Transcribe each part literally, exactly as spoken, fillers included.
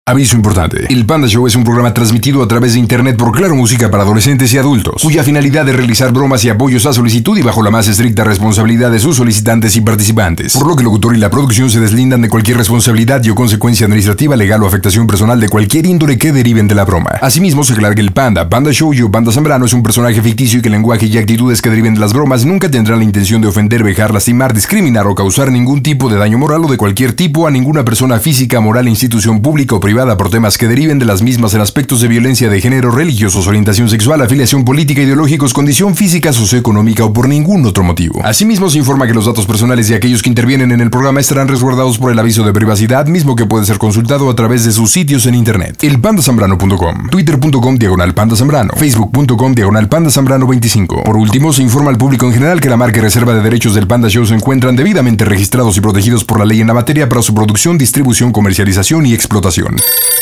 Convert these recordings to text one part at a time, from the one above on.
Aviso importante. El Panda Show es un programa transmitido a través de internet por Claro Música para adolescentes y adultos, cuya finalidad es realizar bromas y apoyos a solicitud y bajo la más estricta responsabilidad de sus solicitantes y participantes, por lo que el locutor y la producción se deslindan de cualquier responsabilidad y o consecuencia administrativa, legal o afectación personal de cualquier índole que deriven de la broma. Asimismo, se aclara que el Panda, Panda Show y o Panda Zambrano es un personaje ficticio y que el lenguaje y actitudes que deriven de las bromas nunca tendrán la intención de ofender, vejar, lastimar, discriminar o causar ningún tipo de daño moral o de cualquier tipo a ninguna persona física, moral, institución pública o privada por temas que deriven de las mismas en aspectos de violencia de género, religiosos, orientación sexual, afiliación política, ideológicos, condición física, socioeconómica o por ningún otro motivo. Asimismo, se informa que los datos personales de aquellos que intervienen en el programa estarán resguardados por el aviso de privacidad, mismo que puede ser consultado a través de sus sitios en internet. el panda zambrano punto com, twitter punto com diagonal panda zambrano, facebook punto com diagonal panda zambrano veinticinco. Por último, se informa al público en general que la marca y reserva de derechos del Panda Show se encuentran debidamente registrados y protegidos por la ley en la materia para su producción, distribución, comercialización y explotación.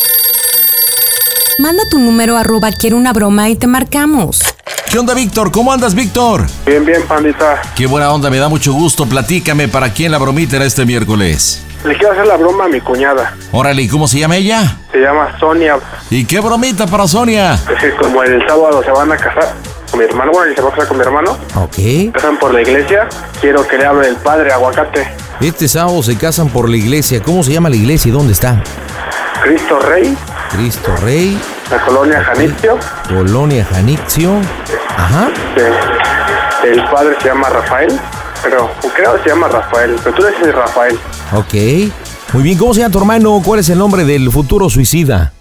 Manda tu número arroba quiero una broma y te marcamos. ¿Qué onda, Víctor? ¿Cómo andas, Víctor? Bien, bien, pandita. Qué buena onda, me da mucho gusto. Platícame, ¿para quién la bromita era este miércoles? Le quiero hacer la broma a mi cuñada. Órale, ¿y cómo se llama ella? Se llama Sonia. ¿Y qué bromita para Sonia? Es que como el sábado se van a casar con mi hermano, bueno, y se va a casar con mi hermano. Ok. Se casan por la iglesia. Quiero que le hable el padre Aguacate. Este sábado se casan por la iglesia. ¿Cómo se llama la iglesia y dónde está? Cristo Rey. Cristo Rey. La colonia Janitzio. Colonia Janitzio. Ajá. Sí. El padre se llama Rafael. Pero creo que se llama Rafael. Pero tú le dices Rafael. Ok. Muy bien, ¿cómo se llama tu hermano? ¿Cuál es el nombre del futuro suicida?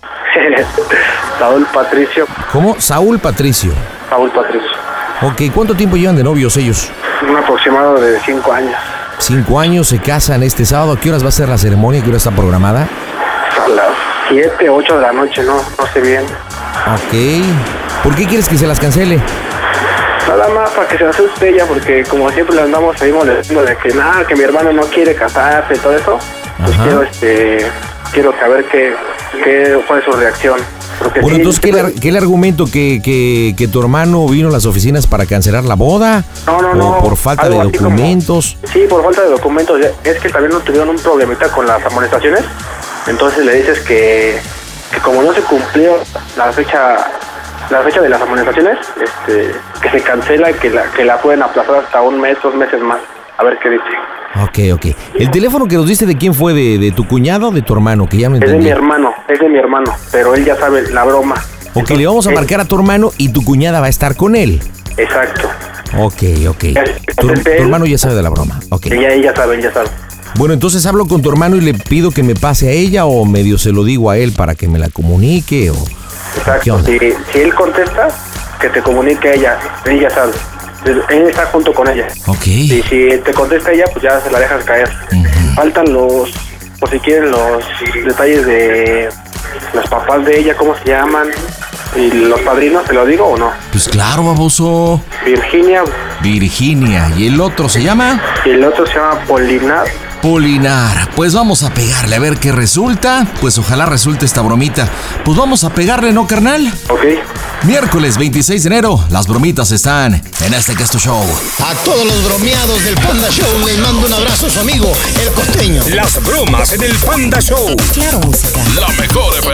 Saúl Patricio. ¿Cómo? Saúl Patricio. Saúl Patricio. Ok, ¿cuánto tiempo llevan de novios ellos? Un aproximado de cinco años. Cinco años, se casan este sábado. ¿A qué horas va a ser la ceremonia? ¿A qué hora está programada? A las siete, ocho de la noche, no, no sé bien. Ok. ¿Por qué quieres que se las cancele? Nada más para que se asuste ella, porque como siempre le andamos ahí molestando de que nada, que mi hermano no quiere casarse y todo eso. Pues Ajá. quiero, este, quiero saber qué, qué fue su reacción. Porque Bueno, sí, entonces, ¿qué, siempre- le, ¿qué le argumento? ¿Que, que, ¿Que tu hermano vino a las oficinas para cancelar la boda? No, no, ¿O no. por falta de algo así como- documentos? Sí, por falta de documentos. Es que también no tuvieron un problemita con las amonestaciones. Entonces le dices que, que como no se cumplió la fecha la fecha de las amonestaciones, este, que se cancela y que la, que la pueden aplazar hasta un mes, dos meses más. A ver qué dice. Ok, ok. ¿El teléfono que nos diste de quién fue? ¿De, de tu cuñado o de tu hermano? Que ya no Es de entendí. mi hermano, es de mi hermano, pero él ya sabe la broma. Ok, le vamos a Eh, marcar a tu hermano y tu cuñada va a estar con él. Exacto. Ok, ok. Es- Tu, es tu él. hermano ya sabe de la broma. Ok. Ella, ella sabe, ella sabe. Bueno, entonces hablo con tu hermano y le pido que me pase a ella o medio se lo digo a él para que me la comunique o... ¿Qué Exacto. onda? Si, si él contesta, que te comunique a ella, ella sabe. Él está junto con ella. Ok. Y si te contesta ella, pues ya se la dejas caer. Ujú. Faltan los, por si quieren, los detalles de los papás de ella, cómo se llaman, y los padrinos, ¿te lo digo o no? Pues claro, baboso. Virginia, Virginia. ¿Y el otro se llama? y el otro se llama Polinar. Polinar. Pues vamos a pegarle a ver qué resulta. Pues ojalá resulte esta bromita. Pues vamos a pegarle, ¿no, carnal? ¿Ok? Miércoles veintiséis de enero, las bromitas están en este Casto Show. A todos los bromeados del Panda Show les mando un abrazo su amigo, el costeño. Las bromas en el Panda Show. Claro Música. La mejor F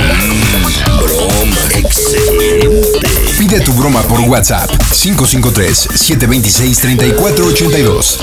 M. Broma, excelente. Pide tu broma por WhatsApp cinco cinco tres, siete dos seis, tres cuatro ocho dos.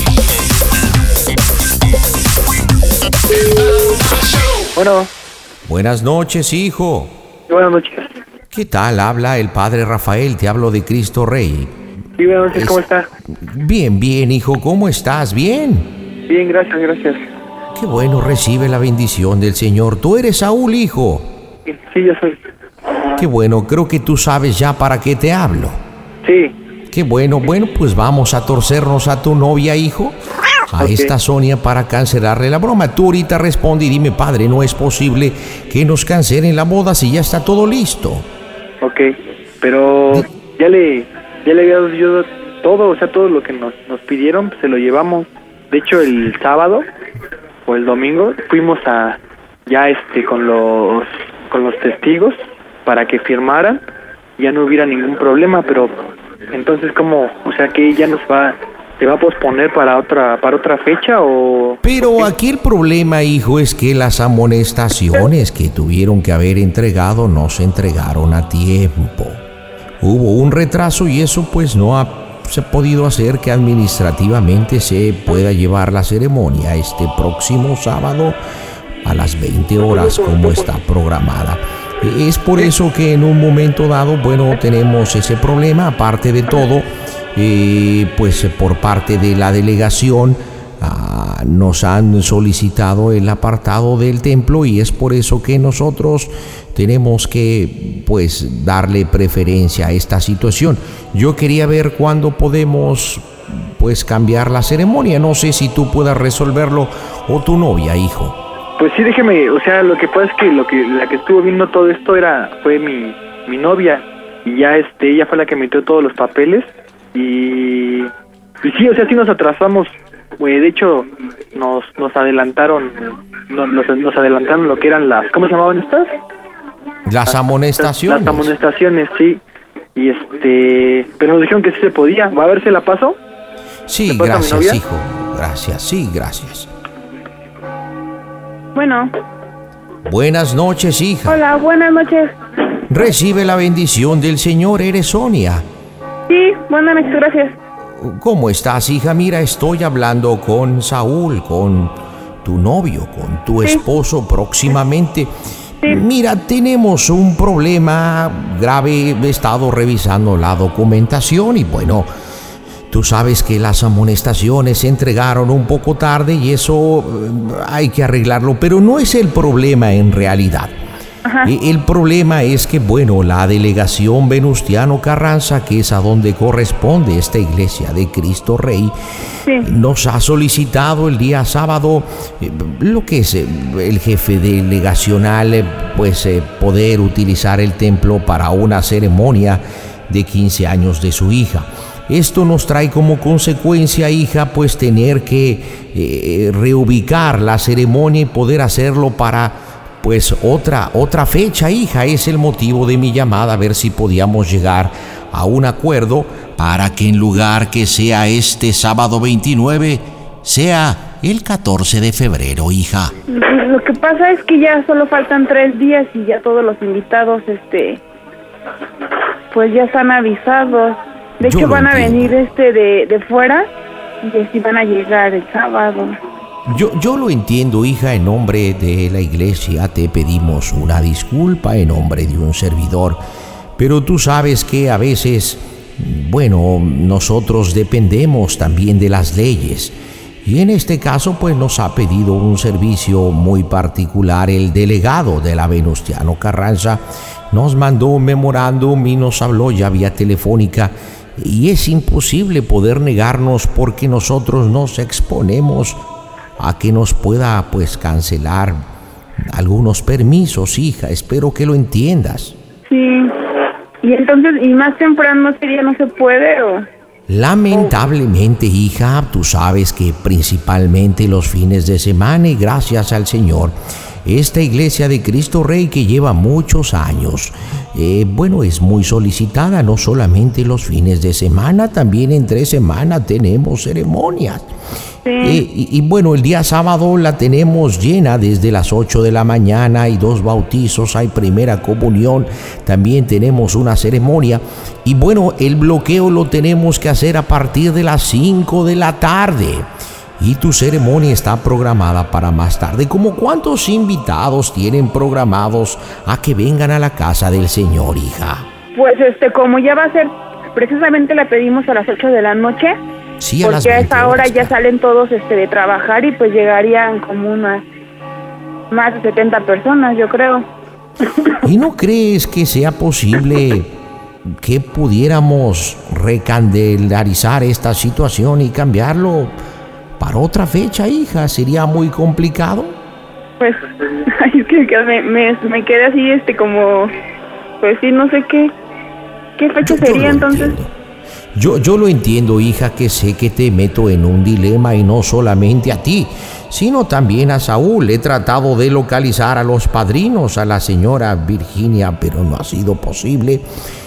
Bueno, Buenas noches, hijo. buenas noches. ¿Qué tal? Habla el padre Rafael, te hablo de Cristo Rey. Sí, buenas noches, Es- ¿cómo está? Bien, bien, hijo, ¿cómo estás? Bien. Bien, gracias, gracias. Qué bueno, recibe la bendición del Señor. Tú eres Saúl, hijo. Sí, yo soy. Qué bueno, creo que tú sabes ya para qué te hablo. Sí, Qué bueno, bueno, pues vamos a torcernos a tu novia, hijo. A Ok. esta Sonia para cancelarle la broma. Tú ahorita responde y dime, padre, no es posible que nos cancelen la boda si ya está todo listo. Ok, pero ya le ya le había dado yo todo, o sea, todo lo que nos, nos pidieron, pues, se lo llevamos. De hecho, el sábado o el domingo fuimos a ya este con los con los testigos para que firmaran, ya no hubiera ningún problema, pero entonces como, o sea, que ella nos va ¿se va a posponer para otra para otra fecha o...? Pero aquí el problema, hijo, es que las amonestaciones que tuvieron que haber entregado no se entregaron a tiempo. Hubo un retraso y eso pues no ha se ha podido hacer que administrativamente se pueda llevar la ceremonia este próximo sábado a las veinte horas como está programada. Es por eso que en un momento dado, bueno, tenemos ese problema. Aparte de todo, eh, pues por parte de la delegación ah, nos han solicitado el apartado del templo y es por eso que nosotros tenemos que pues darle preferencia a esta situación. Yo quería ver cuándo podemos pues cambiar la ceremonia. No sé si tú puedas resolverlo o tu novia, hijo. Pues sí, déjeme, o sea, lo que pasa es que lo que la que estuvo viendo todo esto era fue mi mi novia y ya este ella fue la que metió todos los papeles y y sí, o sea, sí nos atrasamos. Pues de hecho nos nos adelantaron nos, nos, nos adelantaron lo que eran las ¿cómo se llamaban estas? Las amonestaciones. Las, las amonestaciones, sí. Y este, pero nos dijeron que sí se podía. ¿Va a ver si la paso? Sí, gracias, hijo. Gracias, sí, gracias. Bueno. Buenas noches, hija. Hola, buenas noches. Recibe la bendición del Señor, eres Sonia. Sí, buenas noches, gracias. ¿Cómo estás, hija? Mira, estoy hablando con Saúl, con tu novio, con tu sí. esposo próximamente. Sí. Mira, tenemos un problema grave. He estado revisando la documentación y bueno, tú sabes que las amonestaciones se entregaron un poco tarde y eso eh, hay que arreglarlo, pero no es el problema en realidad. Ajá. El problema es que, bueno, la delegación Venustiano Carranza, que es a donde corresponde esta iglesia de Cristo Rey, sí. nos ha solicitado el día sábado eh, lo que es eh, el jefe delegacional, eh, pues eh, poder utilizar el templo para una ceremonia de quince años de su hija. Esto nos trae como consecuencia, hija, pues tener que eh, reubicar la ceremonia y poder hacerlo para pues otra, otra fecha, hija. Es el motivo de mi llamada, a ver si podíamos llegar a un acuerdo para que en lugar que sea este sábado veintinueve, sea el catorce de febrero, hija. Lo que pasa es que ya solo faltan tres días y ya todos los invitados, este, pues ya están avisados. De hecho, van a venir este de, de fuera y así van a llegar el sábado. Yo, yo lo entiendo, hija. En nombre de la iglesia te pedimos una disculpa en nombre de un servidor. Pero tú sabes que a veces, bueno, nosotros dependemos también de las leyes. Y en este caso, pues nos ha pedido un servicio muy particular. El delegado de la Venustiano Carranza nos mandó un memorándum y nos habló ya vía telefónica. Y es imposible poder negarnos porque nosotros nos exponemos a que nos pueda pues cancelar algunos permisos, hija. Espero que lo entiendas. Sí. Y entonces, ¿y más temprano ese día no se puede o...? Lamentablemente, hija, tú sabes que principalmente los fines de semana y gracias al Señor, esta iglesia de Cristo Rey que lleva muchos años, eh, bueno, es muy solicitada, no solamente los fines de semana, también entre semana tenemos ceremonias. Sí. Eh, y, y bueno, el día sábado la tenemos llena desde las ocho de la mañana, hay dos bautizos, hay primera comunión, también tenemos una ceremonia. Y bueno, el bloqueo lo tenemos que hacer a partir de las cinco de la tarde. Y tu ceremonia está programada para más tarde. ¿Cómo cuántos invitados tienen programados a que vengan a la casa del Señor, hija? Pues este, como ya va a ser, precisamente la pedimos a las ocho de la noche. Sí, a porque las a esa hora horas, ya salen todos este de trabajar y pues llegarían como unas más de setenta personas, yo creo. ¿Y no crees que sea posible que pudiéramos recandelarizar esta situación y cambiarlo para otra fecha, hija? ¿Sería muy complicado? Pues, ay, es que me, me, me quedé así, este, como, pues sí, no sé qué, qué fecha Yo- yo sería lo entonces. entiendo. Yo, yo lo entiendo, hija, que sé que te meto en un dilema y no solamente a ti, sino también a Saúl. He tratado de localizar a los padrinos, a la señora Virginia, pero no ha sido posible.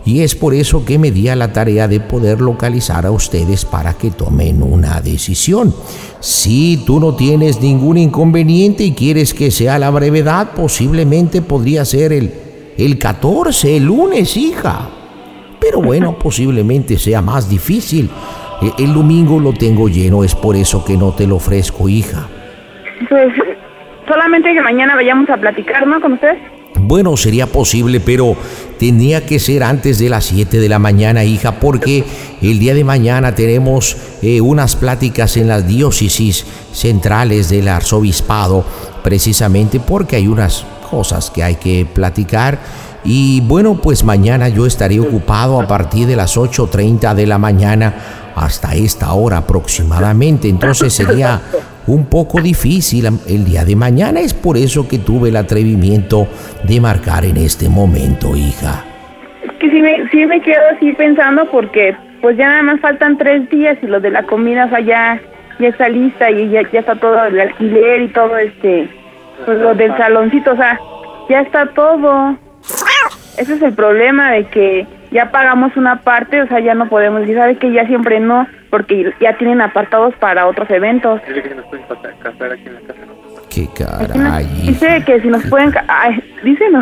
y es por eso que me di a la tarea de poder localizar a ustedes para que tomen una decisión. Si tú no tienes ningún inconveniente y quieres que sea la brevedad, posiblemente podría ser el, el catorce, el lunes, hija. Pero bueno, posiblemente sea más difícil. El domingo lo tengo lleno, es por eso que no te lo ofrezco, hija. Pues solamente que mañana vayamos a platicar, ¿no? Con usted. Bueno, sería posible, pero tendría que ser antes de las siete de la mañana, hija, porque el día de mañana tenemos eh, unas pláticas en las diócesis centrales del arzobispado, precisamente porque hay unas cosas que hay que platicar. Y bueno, pues mañana yo estaré ocupado a partir de las ocho treinta de la mañana hasta esta hora aproximadamente. Entonces sería un poco difícil el día de mañana. Es por eso que tuve el atrevimiento de marcar en este momento, hija. Es que sí me, sí me quedo así pensando porque pues ya nada más faltan tres días y lo de la comida, o sea, ya, ya está lista y ya, ya está todo el alquiler y todo este, pues lo del saloncito, o sea, ya está todo. Ese es el problema, de que ya pagamos una parte, o sea, ya no podemos decir, ¿sabes qué? Ya siempre no, porque ya tienen apartados para otros eventos. Dile que se nos pueden casar aquí en la casa, ¿no? ¡Qué caray! Dice que si nos pueden... Ca- Ay, dice no.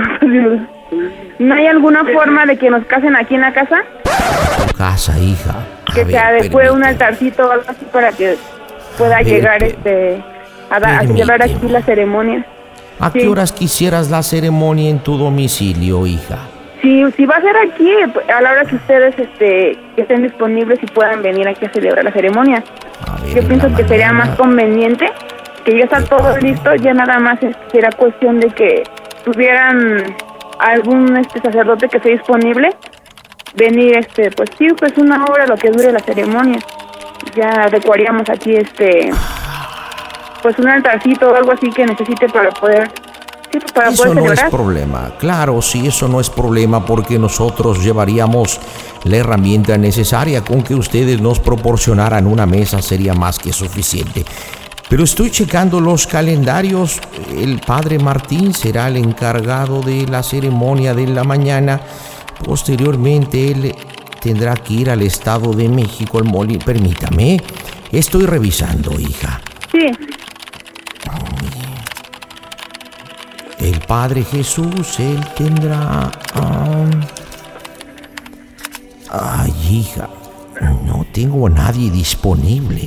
¿No hay alguna forma de que nos casen aquí en la casa? Tu casa, hija. A Que ver, sea después un permíteme. altarcito o algo así para que pueda A ver, llegar per- este a, dar, a celebrar aquí permíteme. la ceremonia. ¿A qué Sí. horas quisieras la ceremonia en tu domicilio, hija? Si, si va a ser aquí, pues, a la hora que ustedes este, que estén disponibles y puedan venir aquí a celebrar la ceremonia. A ver, Yo en pienso la que sería mañana. más conveniente, que ya está todo listo, ya nada más es- será cuestión de que tuvieran algún este sacerdote que esté disponible, venir este, pues sí, pues una hora lo que dure la ceremonia. Ya adecuaríamos aquí este pues un altarcito o algo así que necesite para poder sí, pues, para Eso poder no es celebrar. problema. Claro, sí, eso no es problema porque nosotros llevaríamos la herramienta necesaria. Con que ustedes nos proporcionaran una mesa sería más que suficiente. Pero estoy checando los calendarios. El padre Martín será el encargado de la ceremonia de la mañana. Posteriormente él tendrá que ir al Estado de México, al Molino. Permítame, estoy revisando, hija. Sí. El Padre Jesús, él tendrá... ah, ay, hija, no tengo a nadie disponible.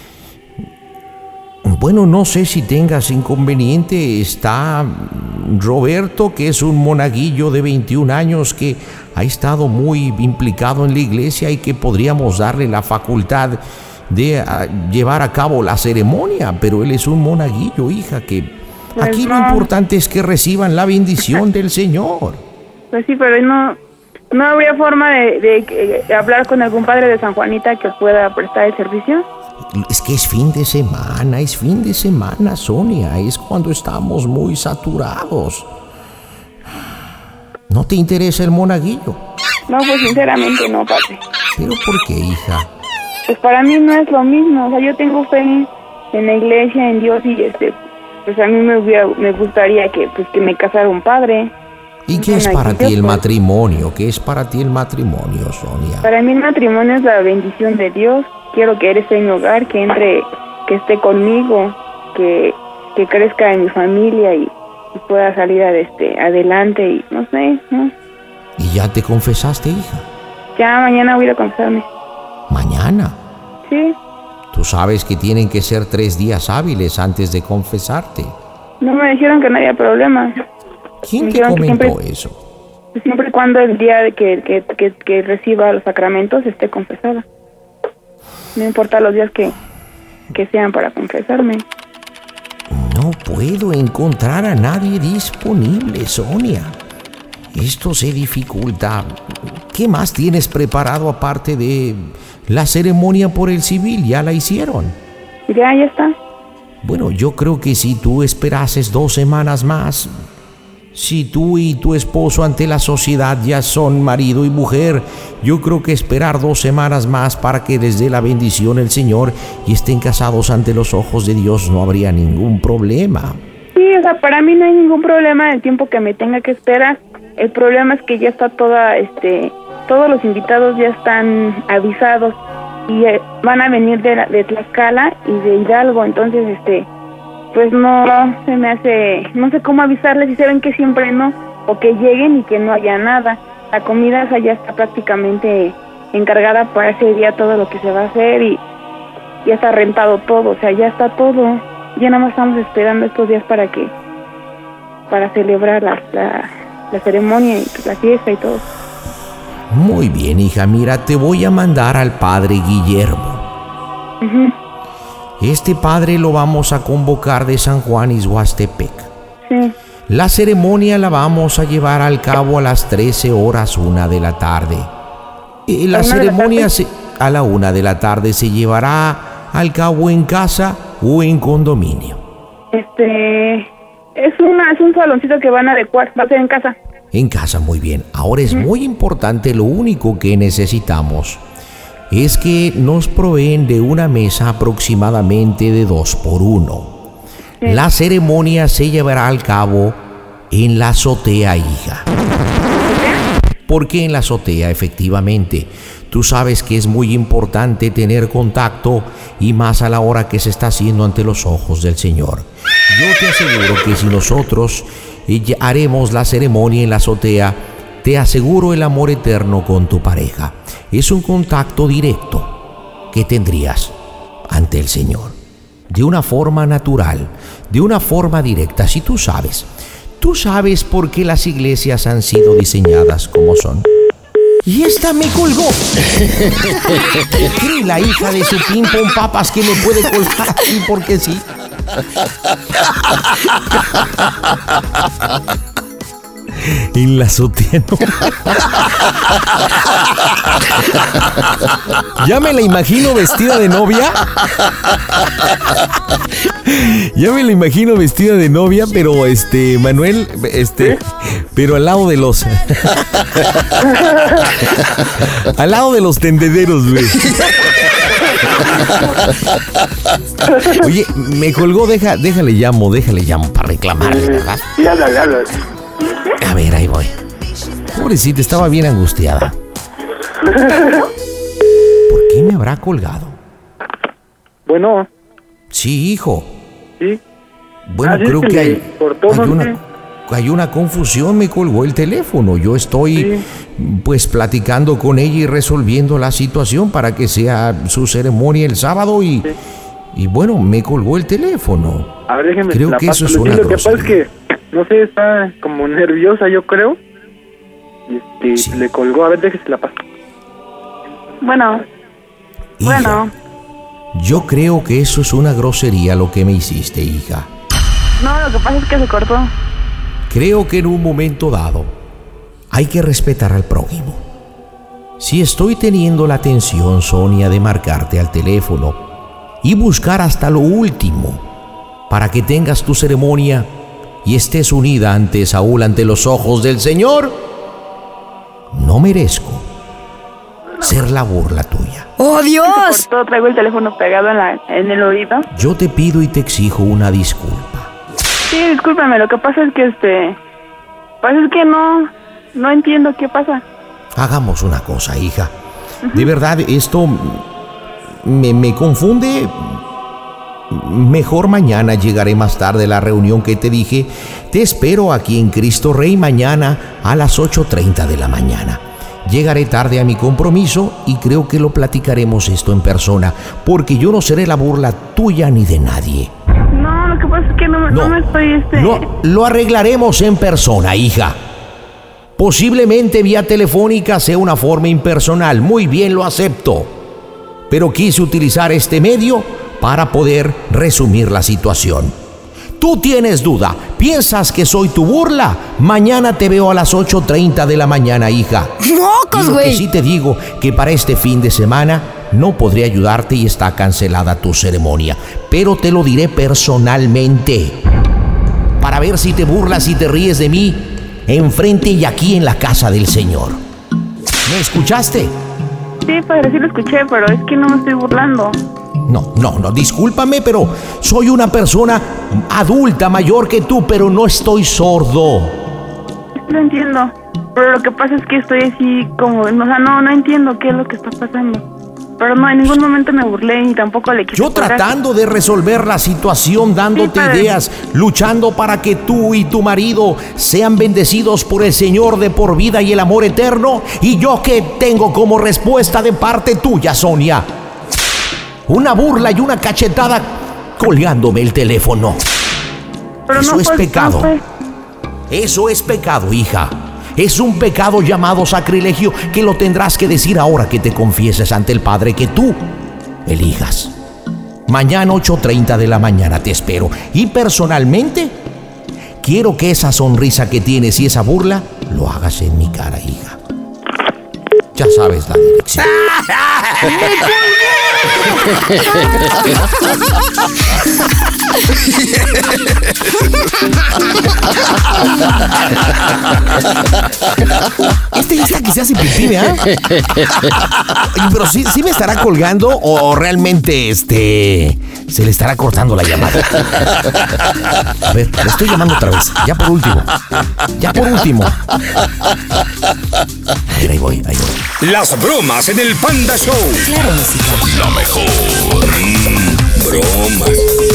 Bueno, no sé si tengas inconveniente. Está Roberto, que es un monaguillo de veintiún años que ha estado muy implicado en la iglesia y que podríamos darle la facultad de uh, llevar a cabo la ceremonia, pero él es un monaguillo, hija, que Pues aquí lo no. importante es que reciban la bendición del Señor. Pues sí, pero no no habría forma de, de, de hablar con algún padre de San Juanita que pueda prestar el servicio. Es que es fin de semana, es fin de semana, Sonia, es cuando estamos muy saturados. ¿No te interesa el monaguillo? No, pues sinceramente no, padre. ¿Pero por qué, hija? Pues para mí no es lo mismo, o sea, yo tengo fe en, en la iglesia, en Dios y este, pues a mí me hubiera, me gustaría que, pues que me casara un padre. ¿Y qué es Bueno, para yo, ti el pues, matrimonio? ¿Qué es para ti el matrimonio, Sonia? Para mí el matrimonio es la bendición de Dios. Quiero que Él esté en mi hogar, que entre, que esté conmigo, que, que crezca en mi familia y, y pueda salir a este, adelante y no sé, ¿no? ¿Y ya te confesaste, hija? Ya mañana voy a ir a confesarme. ¿Mañana? Sí, Tú sabes que tienen que ser tres días hábiles antes de confesarte. no me dijeron que no había problema. ¿Quién Me te dijeron que comentó siempre- eso? Siempre y cuando el día de que, que, que, que reciba los sacramentos esté confesada. No importa los días que, que sean para confesarme. No puedo encontrar a nadie disponible, Sonia. Esto se dificulta. ¿Qué más tienes preparado aparte de la ceremonia por el civil? ¿Ya la hicieron? Ya, ya está. Bueno, yo creo que si tú esperases dos semanas más, si tú y tu esposo ante la sociedad ya son marido y mujer, yo creo que esperar dos semanas más para que les dé la bendición el Señor y estén casados ante los ojos de Dios no habría ningún problema. Sí, o sea, para mí no hay ningún problema el tiempo que me tenga que esperar. El problema es que ya está toda, este, todos los invitados ya están avisados y eh, van a venir de, la, de Tlaxcala y de Hidalgo, entonces este pues no se me hace, no sé cómo avisarles si saben que siempre no, o que lleguen y que no haya nada. La comida, o sea, ya está prácticamente encargada para ese día, todo lo que se va a hacer, y ya está rentado todo, o sea, ya está todo. Ya nada más estamos esperando estos días para que, para celebrar la, la, la ceremonia y la fiesta y todo. Muy bien, hija, mira, te voy a mandar al padre Guillermo. Uh-huh. Este padre lo vamos a convocar de San Juan Ixhuastepec. Sí. La ceremonia la vamos a llevar al cabo a las trece horas, una de la tarde. Y la ceremonia se, a la una de la tarde se llevará al cabo en casa o en condominio. Este, es una, es un saloncito que van a adecuar, va a ser en casa. En casa, muy bien. Ahora es muy importante, lo único que necesitamos es que nos proveen de una mesa aproximadamente de dos por uno. Sí. La ceremonia se llevará al cabo en la azotea, hija. Porque en la azotea, efectivamente, tú sabes que es muy importante tener contacto, y más a la hora que se está haciendo ante los ojos del Señor. Yo te aseguro que si nosotros haremos la ceremonia en la azotea, te aseguro el amor eterno con tu pareja. Es un contacto directo que tendrías ante el Señor, de una forma natural, de una forma directa. Si tú sabes, tú sabes por qué las iglesias han sido diseñadas como son. Y esta me colgó. ¿Cree la hija de su pimpón papas que me puede colgar así porque sí? En la azotea, no. Ya me la imagino vestida de novia. Ya me la imagino vestida de novia, pero este, Manuel, este, pero al lado de los al lado de los tendederos, güey. Oye, me colgó, deja, déjale llamo, déjale llamo para reclamarle, ¿verdad? Ya, ya, ya. A ver, ahí voy. Pobrecita, estaba bien angustiada. ¿Por qué me habrá colgado? Bueno. Sí, hijo. Sí. Bueno, ah, creo sí, que hay, cortó, hay, no una, sé. hay una confusión, me colgó el teléfono. Yo estoy, sí. pues, platicando con ella y resolviendo la situación para que sea su ceremonia el sábado y, sí. y bueno, me colgó el teléfono. A ver, déjeme. Creo que eso es una Lo que pasa grosería. es que no sé, está como nerviosa, yo creo. Y este, sí. le colgó. A ver, déjese la paz. Bueno. Hija, bueno. Yo creo que eso es una grosería lo que me hiciste, hija. No, lo que pasa es que se cortó. Creo que en un momento dado hay que respetar al prójimo. Si estoy teniendo la atención, Sonia, de marcarte al teléfono y buscar hasta lo último para que tengas tu ceremonia y estés unida ante Saúl, ante los ojos del Señor, no merezco ser la burla tuya. ¡Oh, Dios! Se cortó, traigo el teléfono pegado en, la, en el oído. Yo te pido y te exijo una disculpa. Sí, discúlpame, lo que pasa es que este... Pues es que no... No entiendo qué pasa. Hagamos una cosa, hija. Uh-huh. De verdad, esto me, me confunde. Mejor mañana llegaré más tarde a la reunión que te dije. Te espero aquí en Cristo Rey mañana a las ocho treinta de la mañana. Llegaré tarde a mi compromiso y creo que lo platicaremos esto en persona, porque yo no seré la burla tuya ni de nadie. No, lo que pasa es que no, no, no me estoy... Este... Lo, lo arreglaremos en persona, hija. Posiblemente vía telefónica sea una forma impersonal, muy bien, lo acepto. Pero quise utilizar este medio para poder resumir la situación. Tú tienes duda, piensas que soy tu burla. Mañana te veo a las ocho treinta de la mañana, hija. ¡Mocos, güey! Y sí te digo que para este fin de semana no podré ayudarte y está cancelada tu ceremonia. Pero te lo diré personalmente, para ver si te burlas y te ríes de mí enfrente y aquí en la casa del Señor. ¿Me escuchaste? Sí, padre, sí lo escuché, pero es que no me estoy burlando. No, no, no, discúlpame, pero soy una persona adulta, mayor que tú, pero no estoy sordo. Lo entiendo. Pero lo que pasa es que estoy así como, o sea, no, no entiendo qué es lo que está pasando. Pero no, en ningún momento me burlé y tampoco le quise Yo colgar. tratando de resolver la situación, dándote Sí, padre. ideas, luchando para que tú y tu marido sean bendecidos por el Señor de por vida y el amor eterno. Y yo que tengo como respuesta de parte tuya, Sonia, una burla y una cachetada colgándome el teléfono. Pero Eso no es fue- pecado. no fue- Eso es pecado, hija. Es un pecado llamado sacrilegio que lo tendrás que decir ahora que te confieses ante el Padre que tú elijas. Mañana ocho treinta de la mañana te espero. Y personalmente, quiero que esa sonrisa que tienes y esa burla lo hagas en mi cara, hija. Ya sabes la dirección. Este ya está que se hace pipí, ¿verdad? Oye, pero sí, sí me estará colgando o realmente este se le estará cortando la llamada. A ver, le estoy llamando otra vez. Ya por último. Ya por último. A ver, ahí voy, ahí voy. Las bromas en el Panda Show. Claro, música. Lo mejor. Mm, bromas.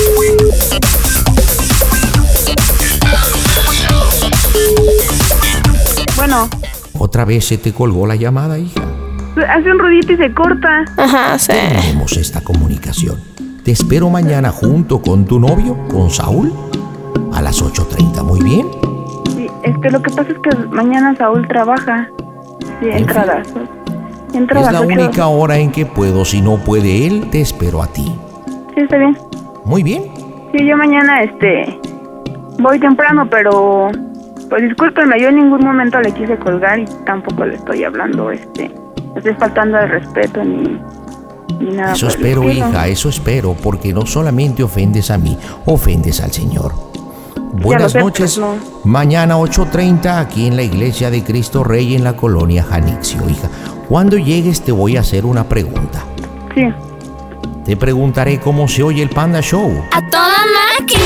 Bueno, Otra vez se te colgó la llamada, hija. hace un ruidito y se corta. Ajá, sí. Tenemos esta comunicación. Te espero mañana junto con tu novio, con Saúl, a las ocho treinta. Muy bien. Sí, este, lo que pasa es que mañana Saúl trabaja. Sí, entra a las entra a Es las la ocho. única hora en que puedo. Si no puede él, te espero a ti. Sí, está bien. Muy bien. Sí, yo mañana, este, voy temprano, pero, pues discúlpenme, yo en ningún momento le quise colgar y tampoco le estoy hablando, este, le estoy faltando al respeto ni, ni nada. Eso por el espero, estilo. hija, eso espero, porque no solamente ofendes a mí, ofendes al Señor. Buenas sé, noches. pues, no. Mañana ocho treinta aquí en la iglesia de Cristo Rey en la colonia Janixio, hija. Cuando llegues te voy a hacer una pregunta. Sí. Te preguntaré cómo se oye el Panda Show. ¡A toda máquina!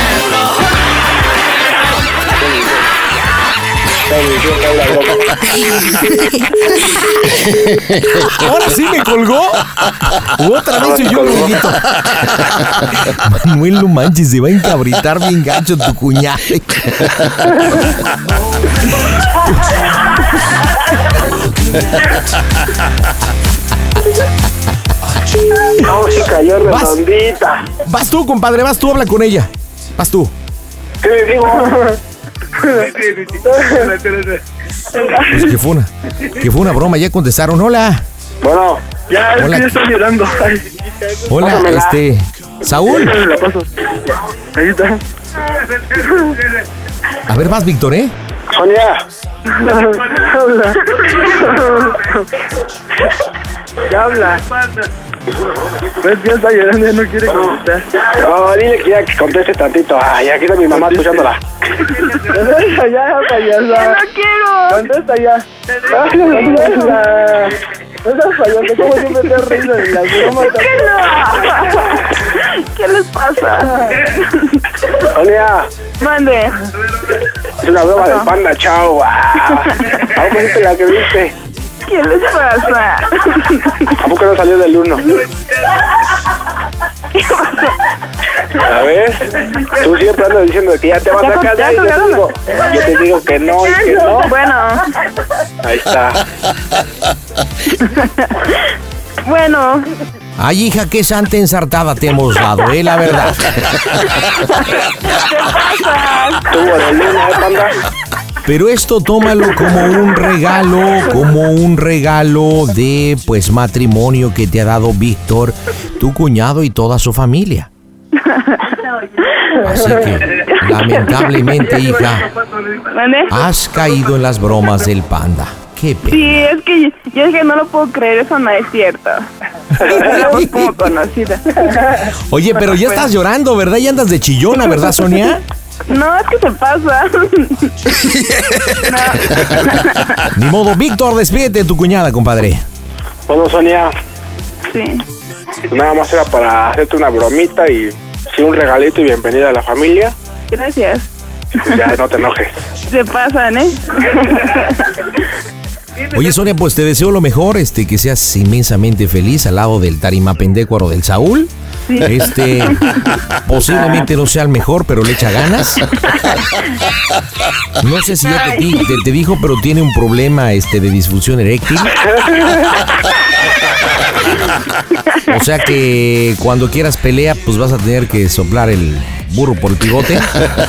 Ahora sí me colgó. Otra vez soy yo el ruidito. Manuel, no manches, se va a encabritar bien gacho tu cuñada. No, sí cayó Vas. redondita. Vas tú, compadre, vas tú, habla con ella. Vas tú. ¿Qué le digo? Pues que fue una, que fue una broma, ya contestaron. Hola. Bueno, ya, es Hola. que ya estoy llorando. Ay, Hola, pásamela. este. Saúl. Ahorita la paso. Ahí está. A ver, vas, Víctor, ¿eh? Sonia. Habla. Ya habla. Pues ya está llorando, ya no quiere contestar. No, dile que ya que conteste tantito. Ay, aquí está mi mamá escuchándola. Contesta ya, payasa. ¡No quiero! Contesta ya. Contesta. No seas payaso, como siempre te has reído de las bromas. ¿Qué les pasa? Sonia, Mande. es una broma del Panda, chao. Ah, ¿a poco viste la que viste? ¿Qué les pasa? ¿A poco no salió del uno? A ver, tú siempre andas diciendo que ya te vas Ya a con- casar ya y yo te colgaron. digo, yo te digo que no y que no. Bueno, Ahí está. bueno. Ay, hija, qué santa ensartada te hemos dado, ¿eh? La verdad. Tuvo el uno, ¿eh, Panda? Pero esto tómalo como un regalo, como un regalo de, pues, matrimonio que te ha dado Víctor, tu cuñado y toda su familia. Así que, lamentablemente, hija, ¿Mande? has caído en las bromas del Panda. Qué pena. Sí, es que yo, yo dije, no lo puedo creer, eso no es cierto. La voz como conocida. Oye, pero ya estás llorando, ¿verdad? Ya andas de chillona, ¿verdad, Sonia? No, es que se pasa. Ni modo, Víctor, despídete de tu cuñada, compadre. Bueno, Sonia, Sí. nada más era para hacerte una bromita y sí, un regalito y bienvenida a la familia. Gracias. Pues ya no te enojes. Se pasan, ¿eh? Oye, Sonia, pues te deseo lo mejor, este, que seas inmensamente feliz al lado del tarimapendécuaro del Saúl. Sí. Este, posiblemente no sea el mejor, pero le echa ganas. No sé si ya te, te, te dijo, pero tiene un problema, este, de disfunción eréctil. O sea que cuando quieras pelea, pues vas a tener que soplar el burro por el pivote.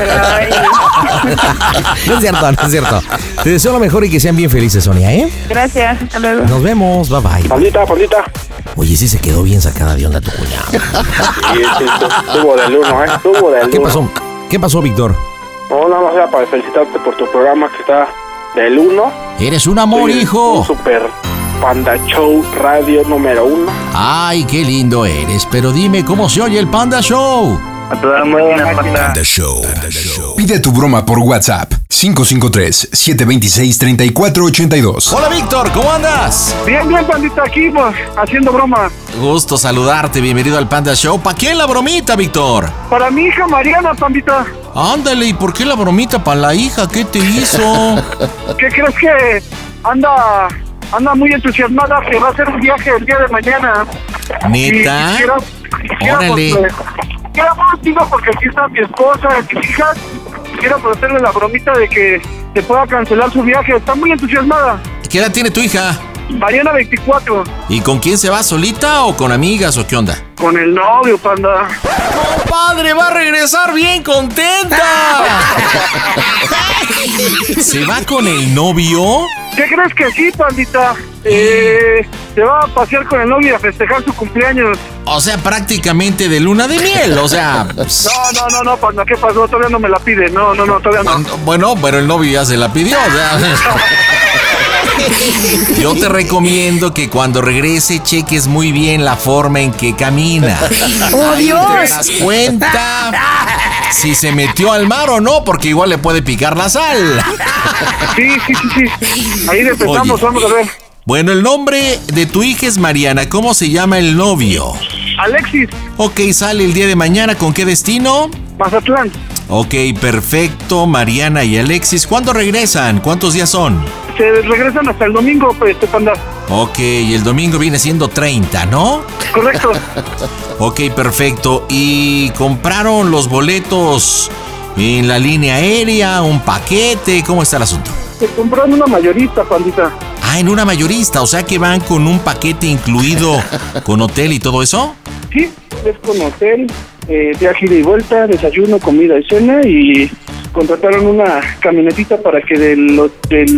No es cierto, no es cierto. Te deseo lo mejor y que sean bien felices, Sonia, ¿eh? Gracias, hasta luego. Nos vemos, bye bye. Pandita, pandita. Oye, sí se quedó bien sacada de onda tu cuñado. Sí, sí, estuvo del uno, ¿eh? Estuvo del uno. ¿Qué pasó? ¿Qué pasó, Víctor? No, nada más era para felicitarte por tu programa que está del uno. Eres un amor, Sí, hijo. Un super Panda Show Radio número uno. Ay, qué lindo eres. Pero dime, ¿cómo se oye el Panda Show? A toda buena, Panda. Panda Show. Panda Show. Pide tu broma por WhatsApp cinco cinco tres, siete dos seis, tres cuatro ocho dos. Hola, Víctor, ¿cómo andas? Bien, bien, Pandita, aquí, pues, haciendo broma. Gusto saludarte, bienvenido al Panda Show. ¿Para quién la bromita, Víctor? Para mi hija Mariana, Pandita. Ándale, ¿y por qué la bromita para la hija? ¿Qué te hizo? ¿Qué crees que anda, anda muy entusiasmada que va a hacer un viaje el día de mañana? ¿Neta? Y quisiera, quisiera, Órale. pues, quisiera, pues, digo, porque aquí está mi esposa, mis hijas. Quisiera pues, hacerle la bromita de que se pueda cancelar su viaje. Está muy entusiasmada. ¿Qué edad tiene tu hija? Mariana veinticuatro. ¿Y con quién se va? ¿Solita o con amigas o qué onda? Con el novio, Panda. ¡Compadre, va a regresar bien contenta! ¿Se va con el novio? ¿Qué crees que sí, Pandita? Eh, se va a pasear con el novio y a festejar su cumpleaños. O sea, prácticamente de luna de miel, o sea... pues, No, no, no, no, Panda, ¿qué pasó? Todavía no me la pide. No, no, no, todavía no. bueno, pero el novio ya se la pidió, o sea... Yo te recomiendo que cuando regrese cheques muy bien la forma en que camina. ¡Oh, Dios! Te das cuenta si se metió al mar o no, porque igual le puede picar la sal. Sí, sí, sí, sí. Ahí empezamos, Oye. vamos a ver. Bueno, el nombre de tu hija es Mariana. ¿Cómo se llama el novio? Alexis, Ok, sale el día de mañana. ¿Con qué destino? Mazatlán. Ok, perfecto. Mariana y Alexis. ¿Cuándo regresan? ¿Cuántos días son? Se regresan hasta el domingo, pues, este Panda. Ok, y el domingo viene siendo treinta, ¿no? Correcto. Ok, perfecto. ¿Y compraron los boletos en la línea aérea? ¿Un paquete? ¿Cómo está el asunto? Se compraron una mayorista, Pandita. Ah, en una mayorista, o sea que van con un paquete incluido con hotel y todo eso. Sí, es con hotel, eh, viaje ida y vuelta, desayuno, comida y cena, y contrataron una camionetita para que del,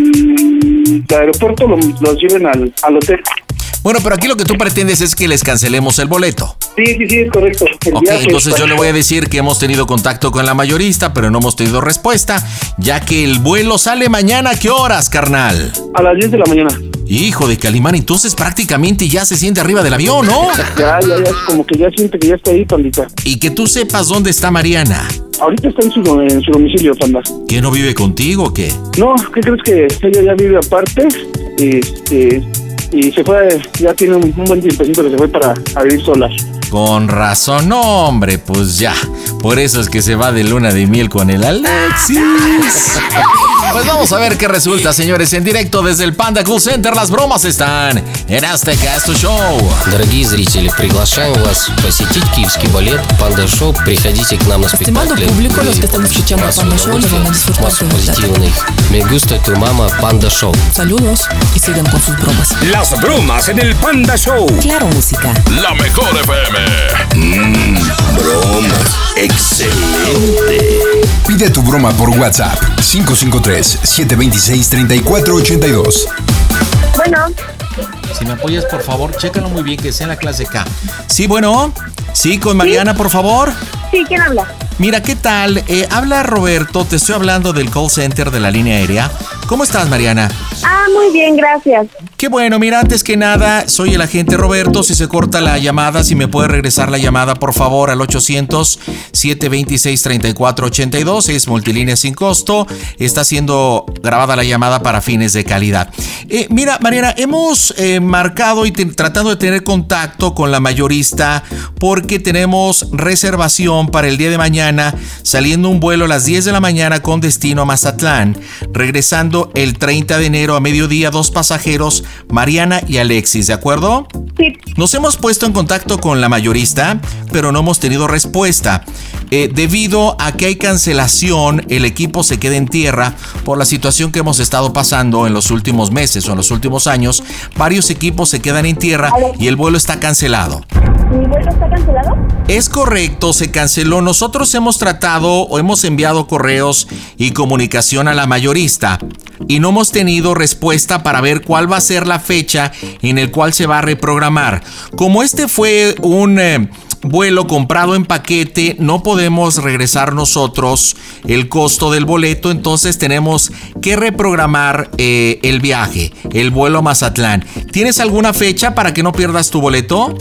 del aeropuerto los, los lleven al, al hotel. Bueno, pero aquí lo que tú pretendes es que les cancelemos el boleto. Sí, sí, sí, es correcto. El Ok, viaje entonces está- yo le voy a decir que hemos tenido contacto con la mayorista, pero no hemos tenido respuesta, ya que el vuelo sale mañana. ¿A qué horas, carnal? A las diez de la mañana. Hijo de Calimán, entonces prácticamente ya se siente arriba del avión, ¿no? Ya, ya, ya, como que ya siente que ya está ahí, Pandita. Y que tú sepas dónde está Mariana. Ahorita está en su, en su domicilio, Panda. ¿Que no vive contigo o qué? No, ¿qué crees que ella ya vive aparte? Este, y se fue, ya tiene un, un buen tiempecito que se fue para a vivir sola. Con razón, no, hombre, pues ya. Por eso es que se va de luna de miel con el Alexis. Pues vamos a ver qué resulta, señores. En directo desde el Panda Cool Center, las bromas están en Azteca Es Tu Show. Дорогие зрители, приглашаем вас посетить Киевский балет «Панда Шоу». Приходите к нам на Estimado спектакль. público, los que están escuchando Массу Panda Show le van a удовольствия, disfrutar массу de un позитивных. Me gusta tu mama «Панда Шоу». Saludos y sigan con sus bromas. Las bromas en el Panda Show. Claro, música. La mejor F M. Mmm, broma. Excelente. Pide tu broma por WhatsApp cinco cinco tres, siete dos seis, tres cuatro ocho dos. Bueno, Si me apoyas, por favor, chécalo muy bien, que sea en la clase K. Sí, bueno. Sí, con Mariana, por favor. sí, ¿quién habla? Mira, ¿qué tal? Eh, habla Roberto, te estoy hablando del call center de la línea aérea. ¿Cómo estás, Mariana? Ah, muy bien, gracias. Qué bueno, mira, antes que nada, soy el agente Roberto. Si se corta la llamada, si me puede regresar la llamada, por favor, al ochocientos, siete veintiséis, treinta y cuatro ochenta y dos. Es multilínea sin costo. Está siendo grabada la llamada para fines de calidad. Eh, mira, Mariana, hemos eh, marcado y te, tratando de tener contacto con la mayorista porque tenemos reservación para el día de mañana, saliendo un vuelo a las diez de la mañana con destino a Mazatlán, regresando el treinta de enero a mediodía, dos pasajeros, Mariana y Alexis, ¿de acuerdo? Sí. Nos hemos puesto en contacto con la mayorista, pero no hemos tenido respuesta. Eh, debido a que hay cancelación, el equipo se queda en tierra por la situación que hemos estado pasando en los últimos meses o en los últimos años. Varios equipos se quedan en tierra y el vuelo está cancelado. ¿Mi vuelo está cancelado? Es correcto, se canceló. Nosotros hemos tratado o hemos enviado correos y comunicación a la mayorista y no hemos tenido respuesta para ver cuál va a ser la fecha en el cual se va a reprogramar. Como este fue un eh, vuelo comprado en paquete, no podemos regresar nosotros el costo del boleto, entonces tenemos que reprogramar eh, el viaje, el vuelo a Mazatlán. ¿Tienes alguna fecha para que no pierdas tu boleto?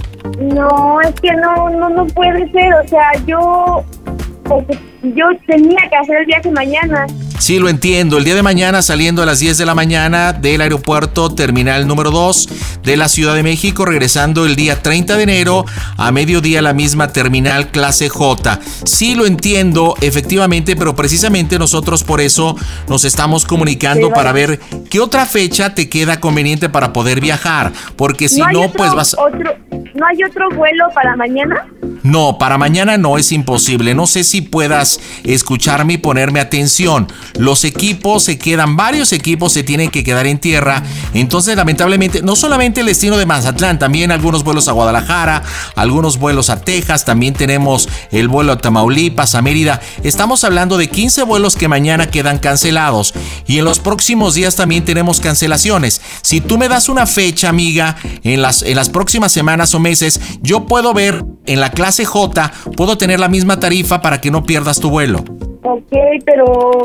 No, es que no, no, no puede ser, o sea, yo, porque yo tenía que hacer el viaje mañana. Sí, lo entiendo. El día de mañana, saliendo a las diez de la mañana del aeropuerto terminal número dos de la Ciudad de México, regresando el día treinta de enero a mediodía a la misma terminal clase J. Sí, lo entiendo, efectivamente, pero precisamente nosotros por eso nos estamos comunicando sí, para ver qué otra fecha te queda conveniente para poder viajar, porque si no, no otro, pues vas... Otro, ¿no hay otro vuelo para mañana? No, para mañana no, es imposible. No sé si puedas escucharme y ponerme atención. Los equipos se quedan, varios equipos se tienen que quedar en tierra. Entonces, lamentablemente, no solamente el destino de Mazatlán, también algunos vuelos a Guadalajara, algunos vuelos a Texas, también tenemos el vuelo a Tamaulipas, a Mérida. Estamos hablando de quince vuelos que mañana quedan cancelados. Y en los próximos días también tenemos cancelaciones. Si tú me das una fecha, amiga, en las, en las próximas semanas o meses, yo puedo ver en la clase J, puedo tener la misma tarifa para que no pierdas tu vuelo. Ok, pero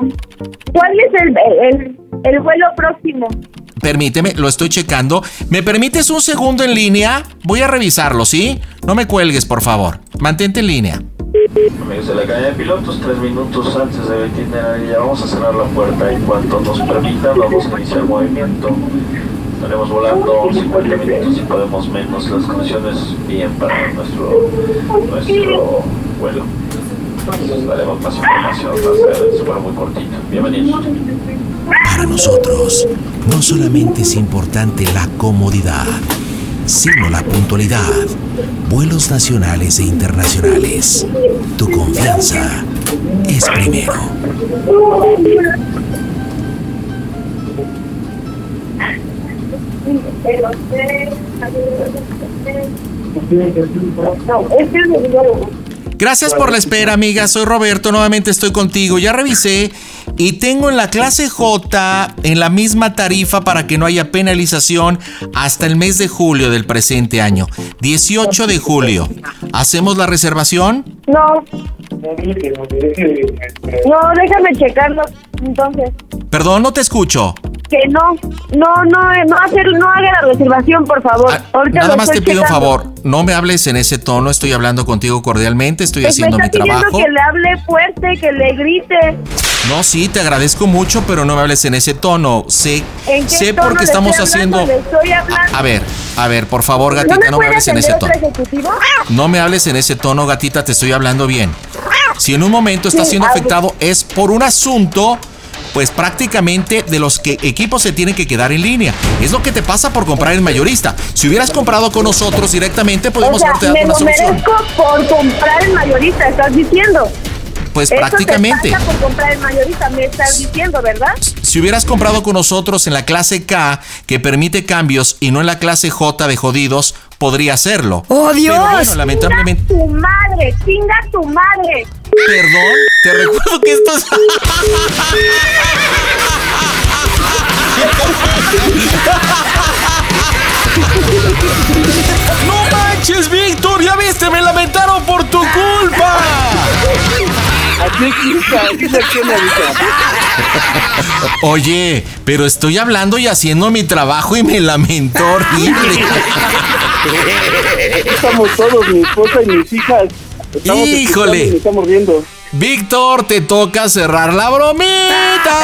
¿cuál es el, el, el vuelo próximo? Permíteme, lo estoy checando. ¿Me permites un segundo en línea? Voy a revisarlo, ¿sí? No me cuelgues, por favor. Mantente en línea. Amigos de la cadena de pilotos, tres minutos antes de itinerario ya vamos a cerrar la puerta. En cuanto nos permita, vamos a iniciar el movimiento. Estaremos volando cincuenta minutos y podemos menos las condiciones bien para nuestro, nuestro vuelo. Entonces daremos más información, va a ser muy cortito. Bienvenidos. Para nosotros, no solamente es importante la comodidad, sino la puntualidad. Vuelos nacionales e internacionales. Tu confianza es primero. Gracias por la espera, amiga. Soy Roberto, nuevamente estoy contigo. Ya revisé y tengo en la clase J en la misma tarifa para que no haya penalización hasta el mes de julio del presente año. dieciocho de julio. ¿Hacemos la reservación? No. No, déjame checarlo entonces. Perdón, no te escucho. Que no, no, no, no, hacer, no haga la reservación, por favor. Ah, nada más te pido un favor, no me hables en ese tono, estoy hablando contigo cordialmente, estoy pues haciendo mi trabajo. Me está pidiendo que le hable fuerte, que le grite. No, sí, te agradezco mucho, pero no me hables en ese tono. Sé, ¿En qué sé tono porque le estamos estoy hablando? haciendo. Le estoy hablando. A, a ver, a ver, por favor, gatita, no me, no me hables en ese tono. No me hables en ese tono, gatita, te estoy hablando bien. Si en un momento estás siendo afectado es por un asunto, pues prácticamente de los que equipos se tienen que quedar en línea. Es lo que te pasa por comprar en mayorista. Si hubieras comprado con nosotros directamente, podemos o sea, haberte dado una solución. Me lo merezco por comprar en mayorista, estás diciendo. Pues Eso prácticamente. Te pasa por comprar en mayorista, me estás diciendo, ¿verdad? Si hubieras comprado con nosotros en la clase K, que permite cambios, y no en la clase J de jodidos, podría hacerlo. ¡Oh, Dios! Pero bueno, lamentablemente. ¡Chinga tu madre! ¡Chinga tu madre! Perdón, te recuerdo que esto es... ¡No manches, Víctor! ¡Ya viste! ¡Me lamentaron por tu culpa! Oye, pero estoy hablando y haciendo mi trabajo y me lamento horrible. Estamos todos, mi esposa y mis hijas. Estamos Híjole. y estamos riendo. Víctor, te toca cerrar la bromita.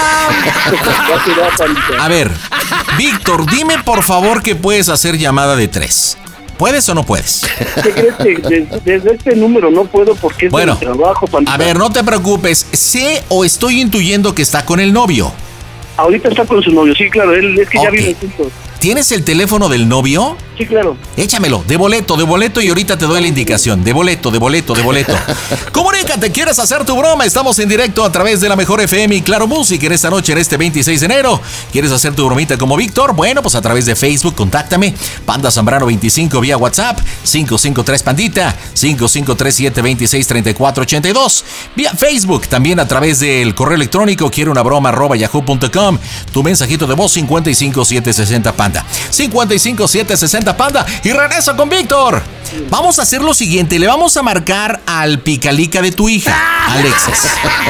A ver, Víctor, dime por favor que puedes hacer llamada de tres. ¿Puedes o no puedes? ¿Qué crees que desde, desde este número no puedo porque es bueno, de mi trabajo, pandita? A ver, no te preocupes. ¿Sé o estoy intuyendo que está con el novio? Ahorita está con su novio, sí, claro. Él es que okay. ya viven juntos. ¿Tienes el teléfono del novio? Sí, claro. Échamelo, de boleto, de boleto y ahorita te doy la indicación. De boleto, de boleto, de boleto. Comunícate, ¿quieres hacer tu broma? Estamos en directo a través de la Mejor F M y Claro Música en esta noche, en este veintiséis de enero. ¿Quieres hacer tu bromita como Víctor? Bueno, pues a través de Facebook, contáctame. Panda Zambrano veinticinco vía WhatsApp, cinco cinco tres Pandita, cinco cinco tres siete dos seis tres cuatro ocho dos. Vía Facebook, también a través del correo electrónico, quiero una broma, arroba yahoo punto com. Tu mensajito de voz, cincuenta y cinco siete sesenta Panda. cincuenta y cinco siete sesenta Panda. Y regreso con Víctor. Vamos a hacer lo siguiente. Le vamos a marcar al picalica de tu hija, Alexis.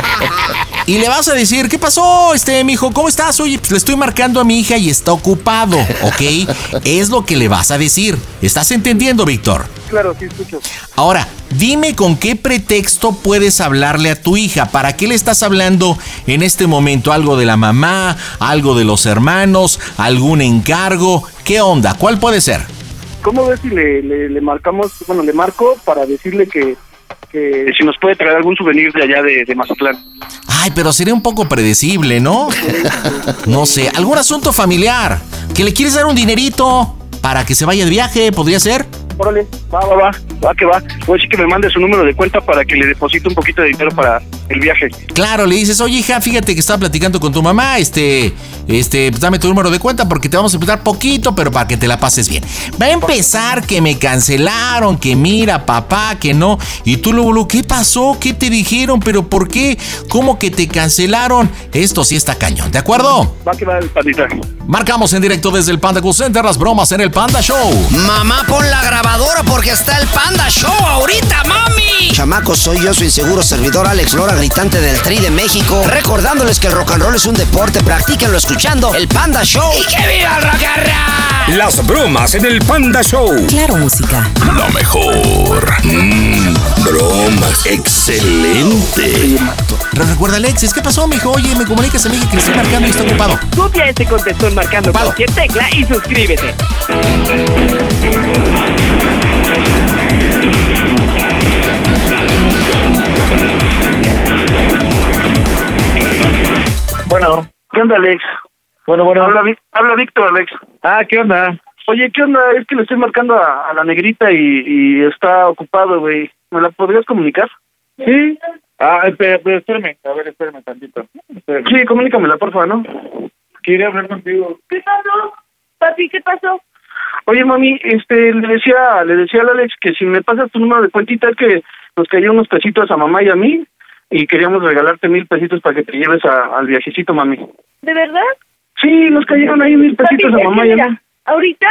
Y le vas a decir, ¿qué pasó, este, mijo? ¿Cómo estás? Oye, pues le estoy marcando a mi hija y está ocupado, ¿ok? Es lo que le vas a decir. ¿Estás entendiendo, Víctor? Claro, sí escucho. Ahora, dime con qué pretexto puedes hablarle a tu hija. ¿Para qué le estás hablando en este momento? ¿Algo de la mamá? ¿Algo de los hermanos? ¿Algún encargo? ¿Qué onda? ¿Cuál puede ser? ¿Cómo ves si le, le, le marcamos, bueno, le marco para decirle que, que si nos puede traer algún souvenir de allá de, de Mazatlán? Ay, pero sería un poco predecible, ¿no? No sé, algún asunto familiar. ¿Que le quieres dar un dinerito para que se vaya de viaje? ¿Podría ser? Órale, va, va, va, va que va. Voy a decir que me mande su número de cuenta para que le deposite un poquito de dinero para el viaje. Claro, le dices, oye hija, fíjate que estaba platicando con tu mamá, este, este, pues dame tu número de cuenta porque te vamos a emprestar poquito, pero para que te la pases bien. Va a empezar que me cancelaron, que mira, papá, que no. Y tú luego, luego, ¿qué pasó? ¿Qué te dijeron? ¿Pero por qué? ¿Cómo que te cancelaron? Esto sí está cañón, ¿de acuerdo? Va que va el pandita. Marcamos en directo desde el Panda Cool Center las bromas en el Panda Show. Mamá, pon la grabadora porque está el Panda Show ahorita, mami. Chamacos, soy yo, su inseguro servidor Alex Lora, gritante del Tri de México, recordándoles que el rock and roll es un deporte, practíquenlo escuchando el Panda Show. ¡Y que viva el rock and roll! Las bromas en el Panda Show. Claro Música. Lo mejor. Mm, bromas. Excelente. Recuerda, Alexis, ¿qué pasó, mijo? Oye, me comunicas a mi hija que le estoy marcando y está ocupado. Copia este contestón marcando Ocupado. cualquier tecla y suscríbete. Bueno, ¿qué onda, Alex? Bueno, bueno. Habla, habla Víctor, Alex. Ah, ¿qué onda? Oye, ¿qué onda? Es que le estoy marcando a, a la negrita y, y está ocupado, güey. ¿Me la podrías comunicar? Sí. Ah, espérame, espérame. A ver, espérame tantito. Espérame. Sí, comunícamela, por favor, ¿no? Quiere hablar contigo. ¿Qué pasó? Papi, ¿qué pasó? Oye, mami, este, le decía, le decía al Alex que si me pasas tu número de cuentita que nos caían unos pesitos a mamá y a mí y queríamos regalarte mil pesitos para que te lleves a, al viajecito, mami. ¿De verdad? Sí, nos cayeron ahí mil pesitos Papi, a mamá y a mira, mí. ahorita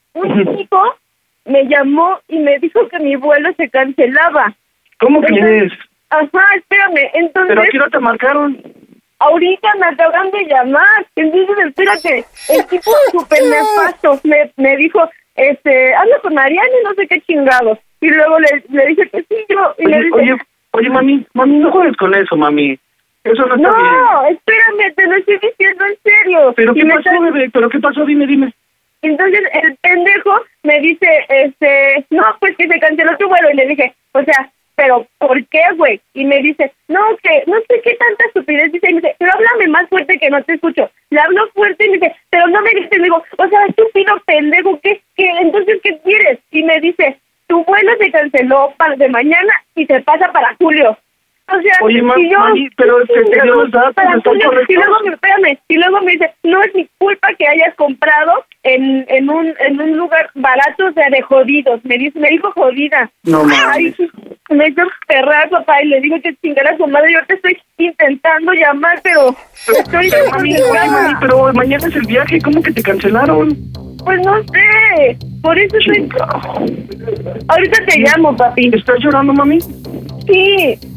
un tipo me llamó y me dijo que mi vuelo se cancelaba. ¿Cómo que Entonces- es? Ajá, espérame, entonces... ¿Pero a qué hora te marcaron? Ahorita me acaban de llamar. Entonces, espérate, el tipo súper nefasto me, me dijo, este, habla con Mariana y no sé qué chingados. Y luego le, le dije que sí, yo, y le Oye, dije... oye, oye, mami, mami, no juegues con eso, mami. Eso no está no, bien. espérame, te lo estoy diciendo en serio. ¿Pero Y qué me pasó, está- bebé? ¿Pero qué pasó? Dime, dime. Entonces el pendejo me dice, este, no, pues que se canceló tu vuelo. Y le dije, o sea, ¿pero por qué, güey? Y me dice, no, que no sé qué tanta estupidez dice. Y me dice, pero háblame más fuerte que no te escucho. Le hablo fuerte y me dice, pero no me dices. Le digo, o sea, estúpido pendejo, ¿qué, qué? Entonces, ¿qué quieres? Y me dice, tu vuelo se canceló para de mañana y se pasa para julio. O sea, Oye, ma- y yo, mami, pero es que te dio los datos, para ¿están julio, correctos? y luego me, espérame, y luego me dice, no es mi culpa que hayas comprado en, en un en un lugar barato, o sea, de jodidos. Me dice, me dijo jodida. No mames. Ay, me hizo perrar, papá, y le digo que chingara a su madre. Yo te estoy intentando llamar, pero estoy... Pero, mami, oye, mami, pero mañana es el viaje, ¿cómo que te cancelaron? Pues no sé, por eso estoy... Ahorita te llamo, papi. ¿Estás llorando, mami? Sí.